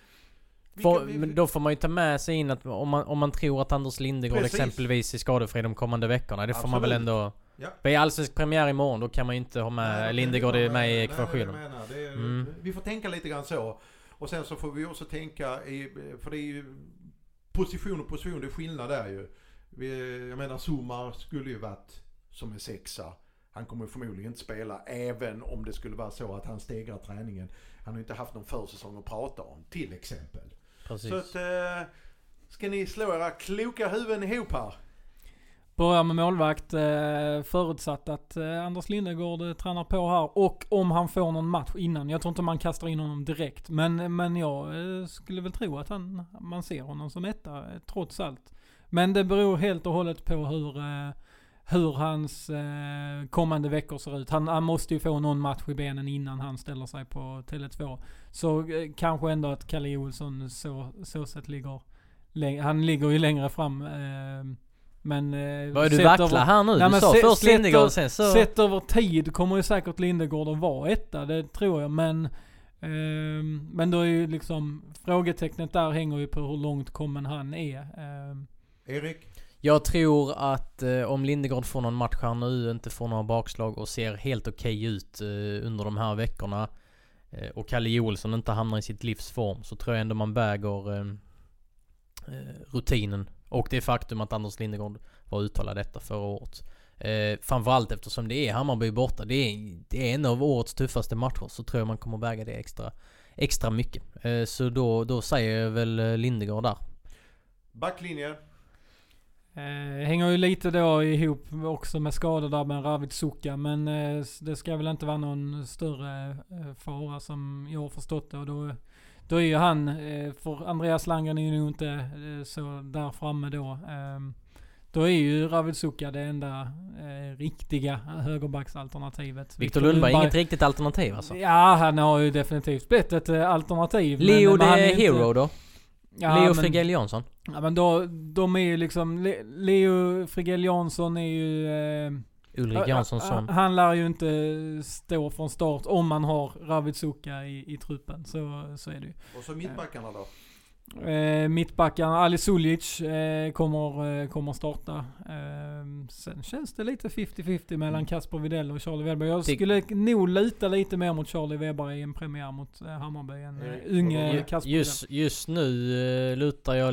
Men då får man ju ta med sig in att om man tror att Anders Lindegård exempelvis är skadefri de kommande veckorna. Det får man väl ändå... Ja. Vi är allsvensk premiär imorgon, då kan man ju inte ha med Lindegård med i ekvationen. Vi får tänka lite grann så. Och sen så får vi också tänka för det är ju position, det är skillnad där ju. Jag menar, Somar skulle ju varit som en sexa. Han kommer förmodligen inte spela, även om det skulle vara så att han stegrar träningen. Han har inte haft någon försäsong att prata om, till exempel. Precis. Så att, ska ni slå era kloka huvuden ihop här? Börja med målvakt, förutsatt att Anders Lindegård tränar på här. Och om han får någon match innan. Jag tror inte man kastar in honom direkt. Men jag skulle väl tro att man ser honom som etta, trots allt. Men det beror helt och hållet på hur hans kommande veckor ser ut. Han måste ju få någon match i benen innan han ställer sig på Tele2. Så kanske ändå att Kalle Olsson så sätt han ligger ju längre fram. Men vad är du vacklar här nu? Du sa först Lindegård sen så... Sett över tid kommer ju säkert Lindegård att vara etta, det tror jag. Men då är ju liksom frågetecknet där hänger ju på hur långt kommen han är. Erik? Jag tror att om Lindegård får någon match här nu, inte får några bakslag och ser helt okej ut under de här veckorna och Kalle Olsson inte hamnar i sitt livsform, så tror jag ändå man väger rutinen och det faktum att Anders Lindegård var uttalad detta förra året. Framförallt eftersom det är Hammarby borta, det är en av årets tuffaste matcher, så tror jag man kommer väga det extra mycket. Så då säger jag väl Lindegård där. Backlinje? Hänger ju lite då ihop också med skador där med Ravitsuka, men det ska väl inte vara någon större fara som jag har förstått det, och då är ju han, för Andreas Landgren är ju nog inte så där framme då. Då är ju Ravitsuka det enda riktiga högerbacksalternativet. Victor Lundberg är inget riktigt alternativ alltså? Ja, han har ju definitivt blivit ett alternativ. Leo men the Hero då? Ja, Leo Frigell Jansson? Ja, men de är ju liksom... Leo Frigell Jansson är ju... Ulrik Janssonsson. Han lär ju inte stå från start om man har Ravitsuka i truppen. Så är det ju. Och så mittbackarna då? Mittbackarna, Ali Suljic kommer starta. Sen känns det lite 50-50 mellan Kasper Widell och Charlie Weber. Jag skulle nog luta lite mer mot Charlie Weber i en premiär mot Hammarby än unge Kasper Widell. Just nu lutar jag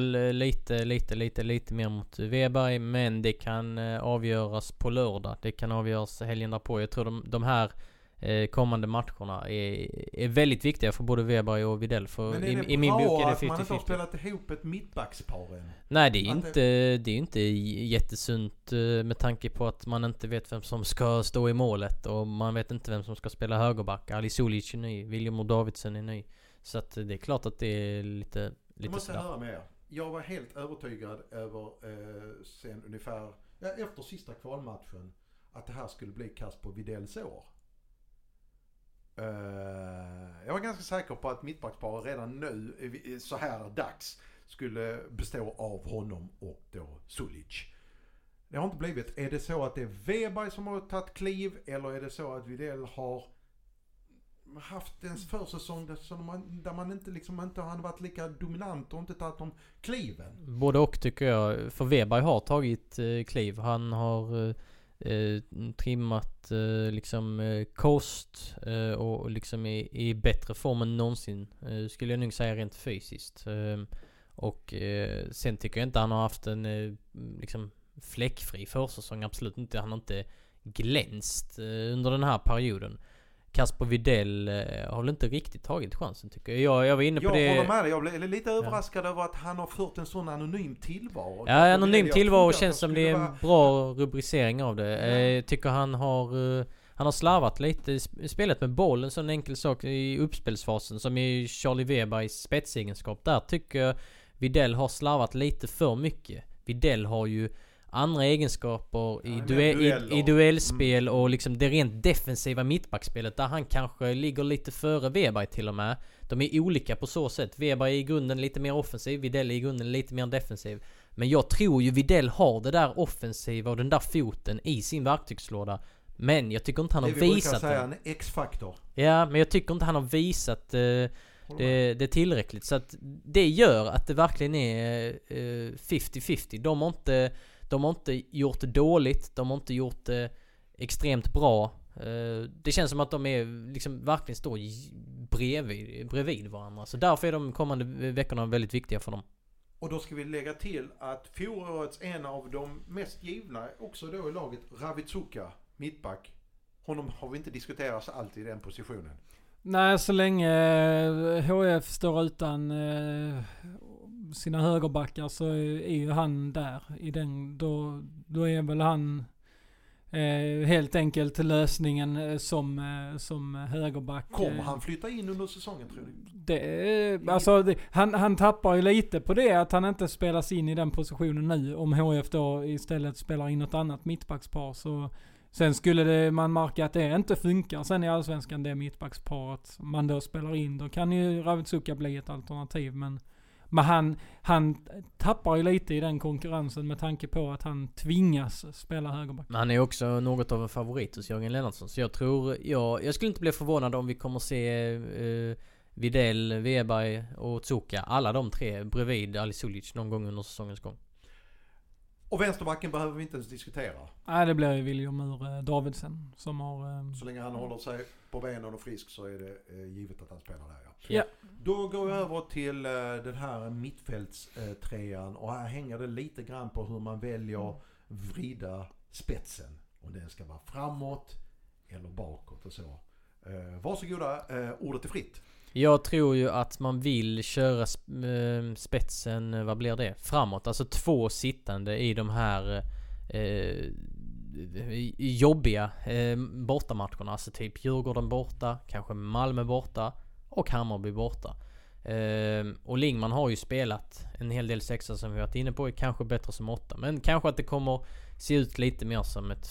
lite mer mot Weber, men det kan avgöras på lördag. Det kan avgöras helgen därpå. Jag tror de här kommande matcherna är väldigt viktiga för både Weber och Widell. För i min bok är det 50-50. Men man inte har spelat ihop ett mittbackspar än? Nej, det är inte jättesunt med tanke på att man inte vet vem som ska stå i målet och man vet inte vem som ska spela högerback. Ali Solic är ny, William Davidsson är ny. Så att det är klart att det är lite jag måste sådär. höra med er. Jag var helt övertygad över sen ungefär efter sista kvalmatchen att det här skulle bli Kasper Widells år. Jag var ganska säker på att mittbacksparet redan nu så här dags skulle bestå av honom och då Sulic. Det har inte blivit. Är det så att det är Weber som har tagit kliv, eller är det så att Widell har haft en försäsong där man inte har varit lika dominant och inte tagit de kliven? Både och tycker jag. För Weber har tagit kliv. Han har trimmat kost och liksom i bättre form än någonsin, skulle jag nog säga rent fysiskt. Och sen tycker jag inte han har haft en fläckfri försäsong, absolut inte. Han har inte glänst under den här perioden. Kasper Widell har väl inte riktigt tagit chansen, tycker jag. Jag var inne på det. Jag håller med dig. Jag blev lite överraskad över att han har fört en sån anonym tillvaro. Ja, anonym tillvaro känns som det är en bra rubricering av det. Jag tycker han har slarvat lite i spelet med bollen, så en enkel sak i uppspelsfasen som i Charlie Webergs spetsegenskap. Där tycker jag Widell har slarvat lite för mycket. Widell har ju andra egenskaper i duellspel och liksom det rent defensiva mittbackspelet där han kanske ligger lite före Weber till och med. De är olika på så sätt. Weber är i grunden lite mer offensiv, Widell är i grunden lite mer defensiv. Men jag tror ju Widell har det där offensiva och den där foten i sin verktygslåda. Men jag tycker inte han har visat det. En X-faktor. Ja, men jag tycker inte han har visat det tillräckligt. Så att det gör att det verkligen är 50-50. De har inte gjort det dåligt. De har inte gjort det extremt bra. Det känns som att de är liksom verkligen står bredvid varandra. Så därför är de kommande veckorna väldigt viktiga för dem. Och då ska vi lägga till att fjolårets en av de mest givna också då i laget, Ravitsuka, mittback. Honom har vi inte diskuterat allt i den positionen. Nej, så länge HF står utan sina högerbackar så är ju han där i den. Då är väl han helt enkelt lösningen som högerback. Kommer han flytta in under säsongen, tror du? Han tappar ju lite på det att han inte spelas in i den positionen nu. Om HF då istället spelar in något annat mittbackspar, så sen skulle man märka att det inte funkar sen i Allsvenskan, det mittbacksparet man då spelar in. Då kan ju Ravitsuka bli ett alternativ. Men han tappar ju lite i den konkurrensen med tanke på att han tvingas spela högerback. Men han är också något av en favorit hos Jörgen Lennartsson. Så jag tror, jag skulle inte bli förvånad om vi kommer se Widell, Weberg och Tsuka, alla de tre bredvid Ali Sulic någon gång under säsongens gång. Och vänsterbacken behöver vi inte ens diskutera. Nej, det blir ju William Davidsen som har... Så länge han håller sig på benen och frisk så är det givet att han spelar där. Ja. Då går vi över till den här mittfältstrean och här hänger det lite grann på hur man väljer vrida spetsen. Om den ska vara framåt eller bakåt och så. Varsågoda, ordet är fritt. Jag tror ju att man vill köra spetsen, vad blir det? Framåt. Alltså 2 sittande i de här jobbiga bortamatcherna. Alltså typ Djurgården borta, kanske Malmö borta och Hammarby borta. Och Lingman har ju spelat en hel del sexa som vi varit inne på, kanske bättre som 8. Men kanske att det kommer se ut lite mer som ett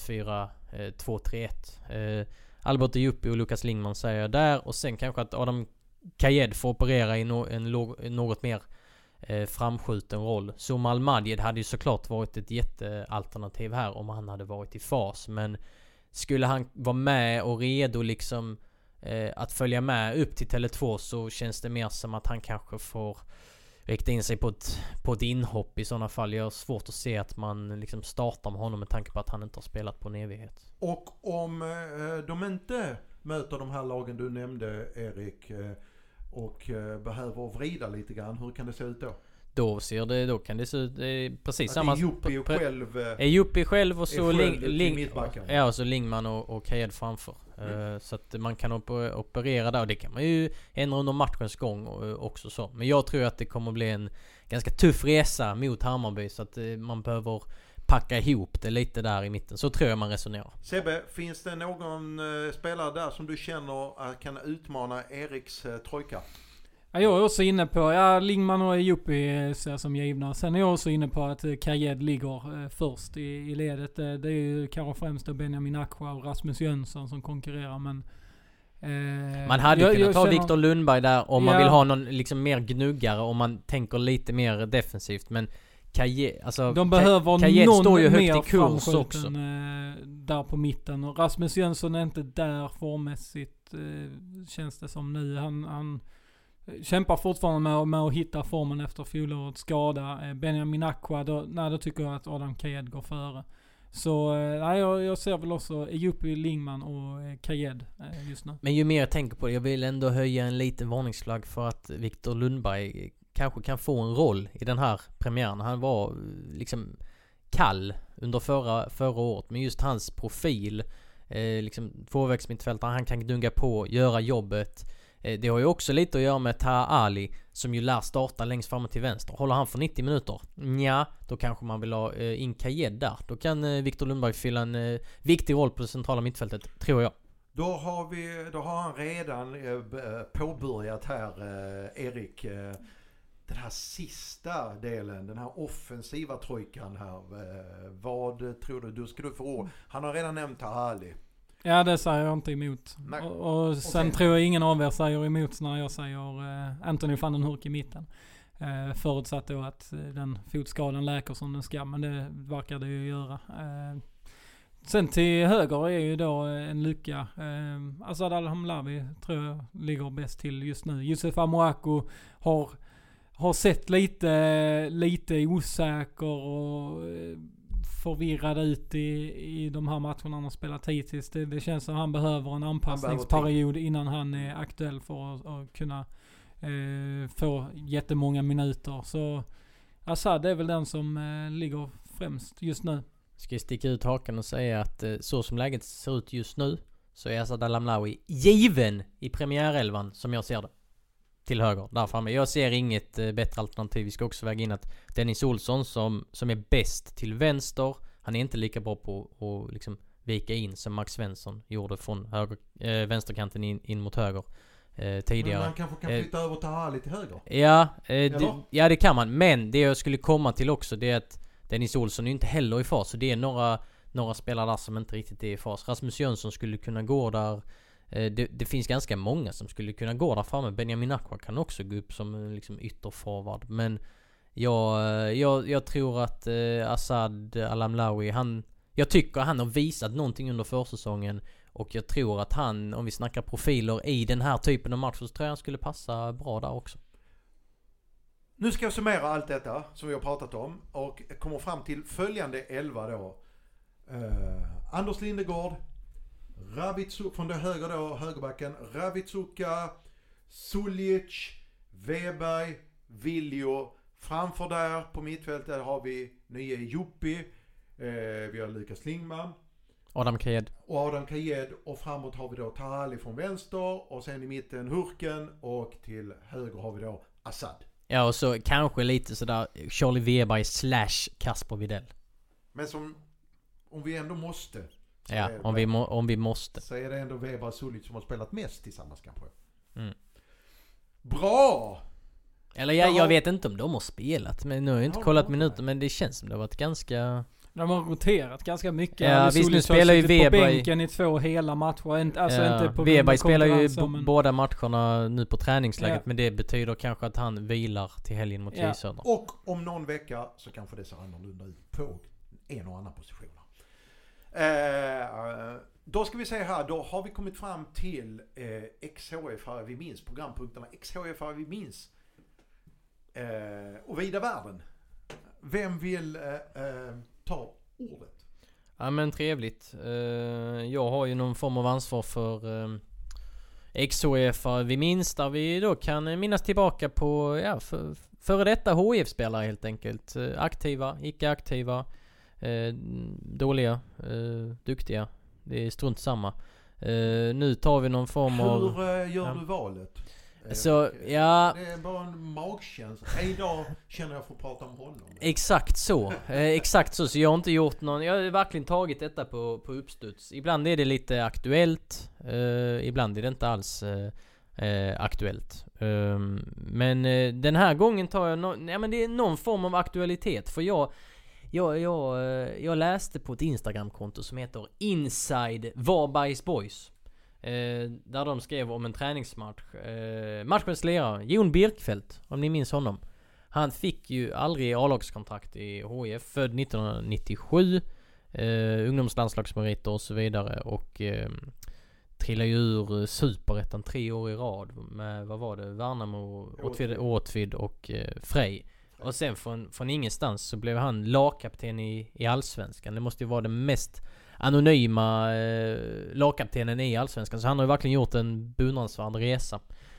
4-2-3-1. Albert Ejupi och Lukas Lingman säger jag där. Och sen kanske att Adam Kajed får operera i en något mer framskjuten roll. Somal Madjed hade ju såklart varit ett jättealternativ här om han hade varit i fas. Men skulle han vara med och redo liksom att följa med upp till Tele2, så känns det mer som att han kanske får rikta in sig på ett inhopp i sådana fall. Jag har svårt att se att man liksom startar med honom med tanke på att han inte har spelat på en evighet. Och om de inte möter de här lagen du nämnde, Erik, och behöver vrida lite grann, hur kan det se ut då? Då kan det se ut precis samma. Ejupi själv och så och så Lingman och Kajed framför. Så att man kan operera där, och det kan man ju ändra under matchens gång också så. Men jag tror att det kommer bli en ganska tuff resa mot Hammarby, så att man behöver packa ihop det lite där i mitten. Så tror jag man resonerar. Sebbe, finns det någon spelare där som du känner kan utmana Eriks trojka? Ja, jag är också inne på Lingman och Ejupi ser som givna. Sen är jag också inne på att Kajed ligger först i ledet. Det är ju kanske främst då Benjamin Aqua och Rasmus Jönsson som konkurrerar, men man hade kunnat ta Viktor Lundberg där om man vill ha någon liksom mer gnuggare, om man tänker lite mer defensivt, men de behöver Kajed någon står ju högt mer i kurs också där på mitten, och Rasmus Jönsson är inte där formmässigt känns det som nu. Han kämpar fortfarande med att hitta formen efter fjolårets skada. Benjamin Aqua, då tycker jag att Adam Kajed går före. Så jag ser väl också Ejupi, Lingman och Kajed just nu. Men ju mer jag tänker på det, jag vill ändå höja en liten varningsflagg för att Viktor Lundberg kanske kan få en roll i den här premiären. Han var liksom kall under förra året, men just hans profil liksom tvåvägsmittfältare, han kan dunga på, göra jobbet. Det har ju också lite att göra med Taha Ali, som ju lär starta längst fram till vänster. Håller han för 90 minuter? Nja, då kanske man vill ha in Kayed där. Då kan Viktor Lundberg fylla en viktig roll på det centrala mittfältet, tror jag. Då har han redan påbörjat här, Erik, den här sista delen, den här offensiva trojkan här. Vad tror du ska du få ord? Han har redan nämnt Ali. Ja, det säger jag inte emot. Och sen tror jag ingen av er säger emot när jag säger Anthony van den Hurk i mitten. Förutsatt då att den fotskadan läker som den ska, men det verkar det ju göra. Sen till höger är ju då en lycka. Asad Al-Hamlawi tror jag ligger bäst till just nu. Youssef Amoako har sett lite osäker och förvirrad ut i de här matcherna han har spelat hittills. Det känns som han behöver en anpassningsperiod innan han är aktuell för att kunna få jättemånga minuter. Så Asad är väl den som ligger främst just nu. Ska jag sticka ut hakan och säga att så som läget ser ut just nu så är Asad Al-Hamlawi given i premiärelvan som jag ser det. Till höger, där framme. Jag ser inget bättre alternativ. Vi ska också väga in att Dennis Olsson som är bäst till vänster, han är inte lika bra på att liksom vika in som Max Svensson gjorde från vänsterkanten in mot höger tidigare. Men man kanske kan flytta över Taha Ali till höger? Ja, det kan man. Men det jag skulle komma till också, det är att Dennis Olsson är inte heller i fas. Så det är några spelare där som inte riktigt är i fas. Rasmus Jönsson skulle kunna gå där. Det finns ganska många som skulle kunna gå där framme. Benjamin Aqua kan också gå upp som liksom ytterforward. Men jag tror att Asad Al-Hamlawi, jag tycker han har visat någonting under försäsongen. Och jag tror att han, om vi snackar profiler i den här typen av matcher, så tror jag han skulle passa bra där också. Nu ska jag summera allt detta som vi har pratat om och kommer fram till följande 11 då. Anders Lindegård, från det höger då, högerbacken, Ravitsuka, Suljic, Weberg, Viljo. Framför där på mittfältet har vi nye Juppi, vi har Lukas Lingman. Adam Kayed. Och framåt har vi då Tahali från vänster och sen i mitten Hurken och till höger har vi då Asad. Ja, och så kanske lite sådär Charlie Weberg / Kasper Widell. Men som, om vi ändå måste. Ja, om vi måste. Så är det ändå Weber och Suljic som har spelat mest tillsammans kanske. Mm. Bra! Eller jag vet inte om de har spelat. Men nu har jag inte kollat minuter. Men det känns som det har varit ganska... De har roterat ganska mycket. Ja, visst, nu spelar ju Weberg på bänken i 2 hela matcher. Inte på Weberg spelar ju båda matcherna nu på träningsläget. Ja. Men det betyder kanske att han vilar till helgen mot J Södra. Och om någon vecka så kanske det ser annorlunda ut på en och annan position. Då ska vi se här. Då har vi kommit fram till XHF här vi minns. Programpunkterna XHF här vi minns. Och vida världen. Vem vill ta ordet? Ja, men trevligt. Jag har ju någon form av ansvar för XHF vi minns, där vi då kan minnas tillbaka på före detta HIF-spelare helt enkelt. Aktiva, icke-aktiva, dåliga, duktiga. Det är strunt samma. Nu tar vi någon form av... Hur gör du valet? Så, ja... Det är bara en magkänsla. En dag känner jag för att prata om honom. Exakt så. Exakt så. Så jag har inte gjort någon... Jag har verkligen tagit detta på uppstuds. Ibland är det lite aktuellt. Ibland är det inte alls aktuellt. Men den här gången tar jag... men det är någon form av aktualitet. För jag läste på ett Instagram-konto som heter Inside Varbergs Boys. Där de skrev om en träningsmatch. Matchens ledare, Jon Birkfeldt, om ni minns honom. Han fick ju aldrig A-lagskontrakt i HIF, född 1997. Ungdomslandslagsmeriter och så vidare. Och trillade ju ur Superettan 3 år i rad. Med, vad var det? Värnamo, Åtvid och Frej. Och sen från ingenstans så blev han lagkapten i Allsvenskan. Det måste ju vara den mest anonyma lagkaptenen i Allsvenskan. Så han har ju verkligen gjort en beundransvärd resa.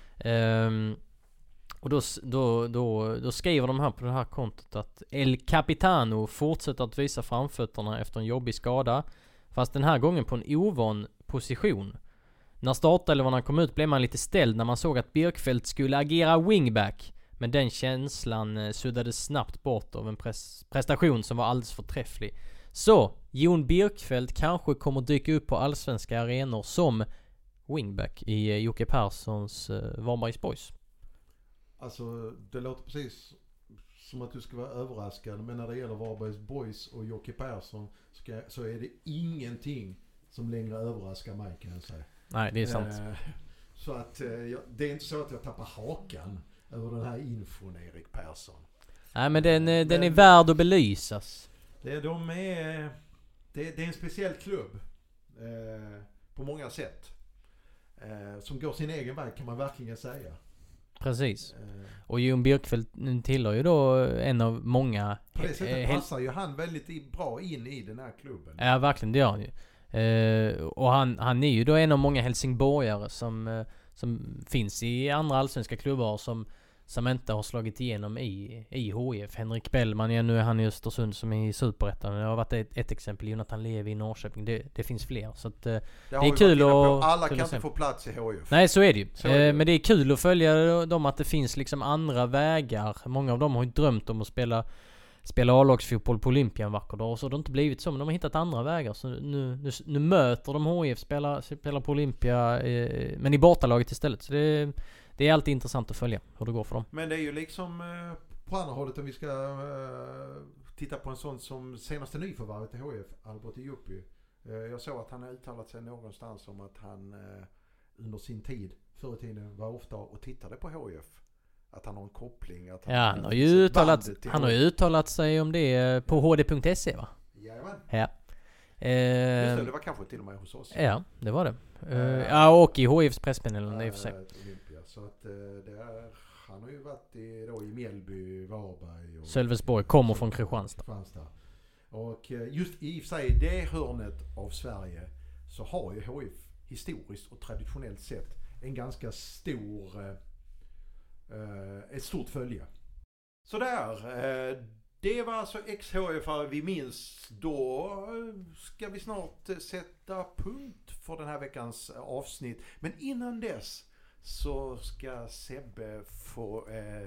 Och då skriver de här på det här kontot att El Capitano fortsätter att visa framfötterna efter en jobbig skada. Fast den här gången på en ovan position. När startelvorna kom ut blev man lite ställd när man såg att Björkfeldt skulle agera wingback. Men den känslan suddades snabbt bort av en prestation som var alldeles förträfflig. Så, Jon Björkfeldt kanske kommer dyka upp på allsvenska arenor som wingback i Jocke Perssons Varbergs Boys. Alltså, det låter precis som att du ska vara överraskad, men när det gäller Varbergs Boys och Jocke Persson så är det ingenting som längre överraskar mig, kan jag säga. Nej, det är sant. Så att det är inte så att jag tappar hakan över den här infon, Erik Persson. Nej, men den är värd att belysas. Det är en speciell klubb på många sätt. Som går sin egen väg, kan man verkligen säga. Precis. Och Jon Björkfeldt tillhör ju då en av många... På det sättet passar ju han väldigt bra in i den här klubben. Ja, verkligen, det gör han ju. Och han är ju då en av många helsingborgare som finns i andra allsvenska klubbar som inte har slagit igenom i HIF. Henrik Bellman, ja, nu är han i Östersund som är i Superettan. Det har varit ett exempel. Jonathan Levi i Norrköping. Det finns fler. Så att, det är kul att... Alla kan inte få plats i HIF. Nej, så är det ju. Men det är kul att följa dem, att det finns liksom andra vägar. Många av dem har ju drömt om att spela A-lagsfotboll på Olympia en vacker dag. Och så har det inte blivit så, men de har hittat andra vägar. Så nu möter de HIF, spelar på Olympia, men i bortalaget istället. Så det är alltid intressant att följa hur det går för dem. Men det är ju liksom på andra hållet, om vi ska titta på en sån som senaste nyförvärvet i HIF, Albert Iupi. Jag såg att han har uttalat sig någonstans om att han under sin tid, förr i tiden, var ofta och tittade på HIF. Att han har en koppling. Att han har ju uttalat sig om det på hd.se, va? Jajamän. Ja. Just det var kanske till och med hos oss. Ja, det var det. Och i HIFs presspanelen i och för sig. Så att han har ju varit i Mjällby, Varberg och Sölvesborg, kommer från Kristianstad. Och just i och för sig det hörnet av Sverige så har ju HIF historiskt och traditionellt sett en ganska ett stort följe. Så där, det var alltså ex-HIF-are vi minns. Då ska vi snart sätta punkt för den här veckans avsnitt. Men innan dess så ska Sebbe få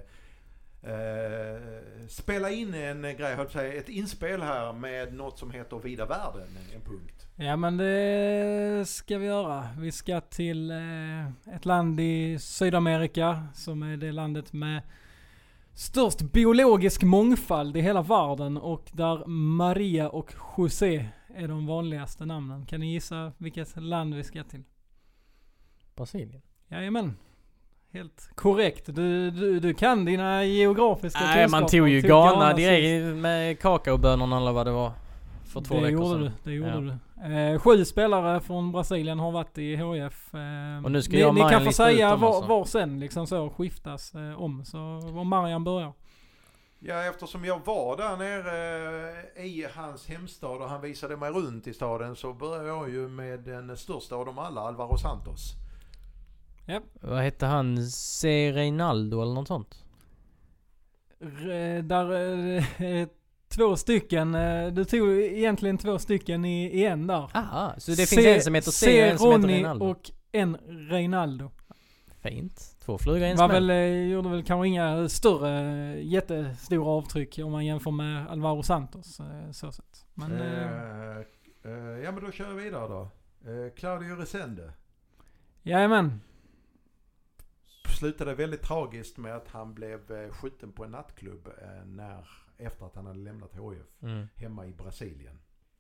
spela in en grej, ett inspel här med något som heter Vida världen, en punkt. Ja, men det ska vi göra. Vi ska till ett land i Sydamerika som är det landet med störst biologisk mångfald i hela världen och där Maria och José är de vanligaste namnen. Kan ni gissa vilket land vi ska till? Brasilien. Jajamän. Helt korrekt. Du kan dina geografiska kunskaper. Nej, man tog ju Ghana direkt med kakaobönorna eller vad det var för 2 veckor sedan. Det gjorde du. 7 spelare från Brasilien har varit i HIF. Och nu ska ni kan få säga var sen liksom så skiftas om. Så var Marian börjar. Ja, eftersom jag var där nere i hans hemstad och han visade mig runt i staden, så började jag ju med den största av dem alla, Alvaro Santos. Ja. Vad hette han? C. Reinaldo eller något sånt? Där 2 stycken. Du tog egentligen 2 stycken i en där. Aha, så det finns en som heter C och en som heter Reinaldo. Och en Reinaldo. Fint. 2 flugor i en smäll. Gjorde väl kanske inga jättestora avtryck om man jämför med Alvaro Santos. Så sett. Men, ja, men då kör vi vidare då. Claudio Resende. Jajamän. Slutade väldigt tragiskt med att han blev skjuten på en nattklubb efter att han hade lämnat HIF hemma i Brasilien.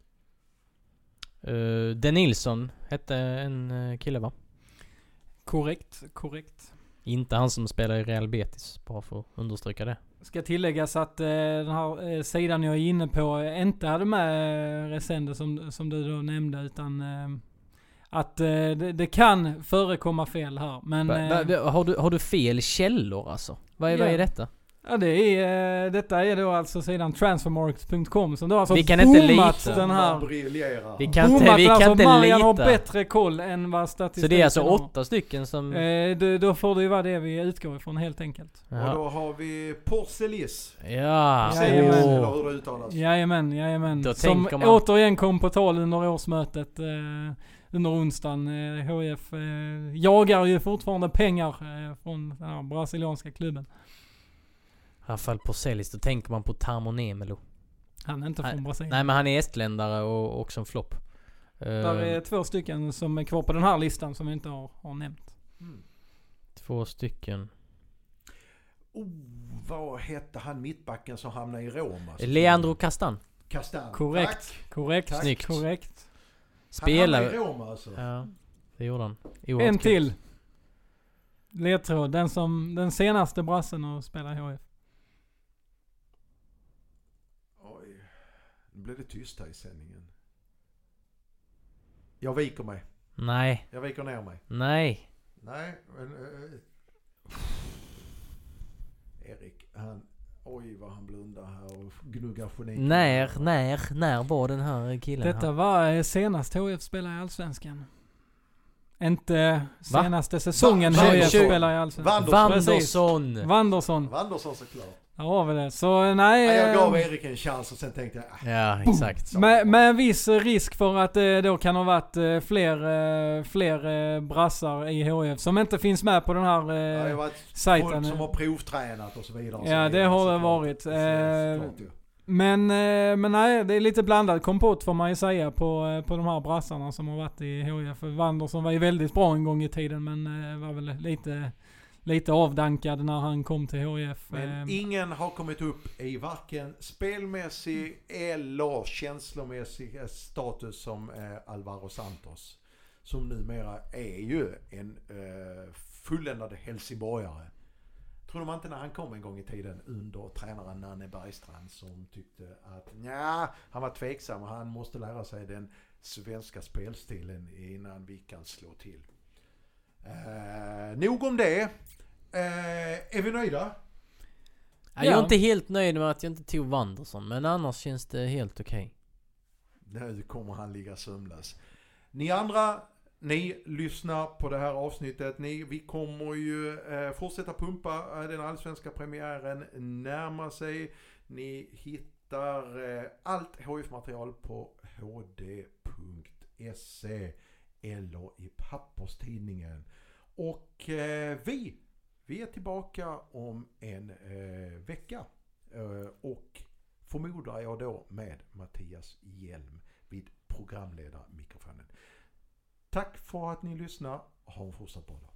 Den Nilsson hette en kille, va? Korrekt. Inte han som spelar i Real Betis, bara för att understryka det. Ska tilläggas att den här sidan jag är inne på inte hade med Resende som du då nämnde, utan att det kan förekomma fel här. Men har du fel källor alltså? Vad är detta? Ja, detta är då alltså sidan transfermarkt.com som då alltså vi kan inte lita. Den här. Vi kan inte Marian har lita. bättre koll än vad statistiken. Så det är alltså har. 8 stycken som... Då får det ju vara det vi utgår ifrån helt enkelt. Och då har vi Porcelis. Ja. Porcelis, eller hur det uttalas. Jajamän. Då som tänker man... återigen kom på tal under årsmötet under onsdagen. HF jagar ju fortfarande pengar från den här brasilianska klubben. Rafael Porcelis, då tänker man på Tarmo Nemelo. Han är inte från Brasilien. Nej, men han är estländare och också en flopp. Där är 2 stycken som är kvar på den här listan som vi inte har nämnt. 2 stycken. Vad hette han mittbacken som hamnade i Roma? Leandro Castan. Korrekt. Tack. Snyggt. Korrekt. Han hamnade i Roma alltså. Ja, det gjorde han. En till. Ledtråd. Den senaste brassen att spela i HF. Oj. Nu blev det tyst här i sändningen. Jag viker mig. Nej. Jag viker ner mig. Nej. Nej, men... Erik, oj vad han blundar här och gnuggar geni. När var den här killen? Detta var senast HF spelade i Allsvenskan. Inte senaste säsongen HF spelade i Allsvenskan. Wanderson såklart. Ja, var väl det. Så nej. Jag gav Erik en chans och sen tänkte jag... Ja, exakt. Med en viss risk för att det då kan ha varit fler brassar i HF som inte finns med på den här sajten. Folk som har provtränat och så vidare. Ja, det har det varit. Men nej, det är lite blandad kompott får man ju säga på de här brassarna som har varit i HF. Wanderson var ju väldigt bra en gång i tiden men var väl lite avdankad när han kom till HF. Men ingen har kommit upp i varken spelmässig eller känslomässig status som Alvaro Santos. Som numera är ju en fulländad helsingborgare. Tror man inte när han kom en gång i tiden under tränaren Nanne Bergstrand som tyckte att han var tveksam och han måste lära sig den svenska spelstilen innan vi kan slå till. Nog om det. Är vi nöjda? Jag är inte helt nöjd med att jag inte tog Wanderson, men annars känns det helt okej. Nu kommer han ligga sömnlös. Ni andra, ni lyssnar på det här avsnittet. Vi kommer ju fortsätta pumpa den allsvenska premiären närma sig. Ni hittar allt HF-material på hd.se eller i papperstidningen. Och vi är tillbaka om en vecka och förmodar jag då med Mattias Hjelm vid programledarmikrofonen. Tack för att ni lyssnar. Ha en fortsatt bra dag.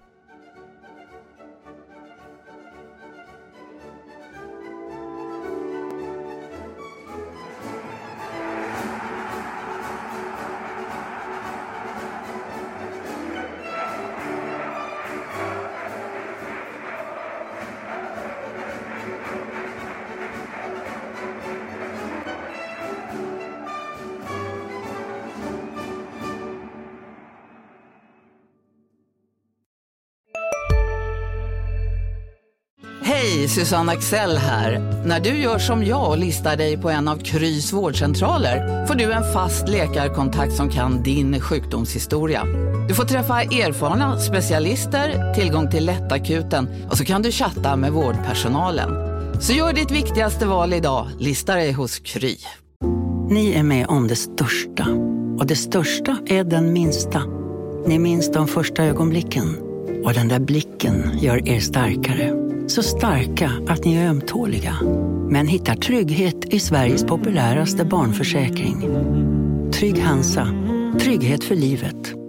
Hej, Susanne Axel här. När du gör som jag och listar dig på en av Krys vårdcentraler får du en fast läkarkontakt som kan din sjukdomshistoria. Du får träffa erfarna specialister, tillgång till lättakuten och så kan du chatta med vårdpersonalen. Så gör ditt viktigaste val idag, lista dig hos Kry. Ni är med om det största. Och det största är den minsta. Ni minns de första ögonblicken. Och den där blicken gör er starkare. Så starka att ni är ömtåliga. Men hittar trygghet i Sveriges populäraste barnförsäkring. Trygg Hansa. Trygghet för livet.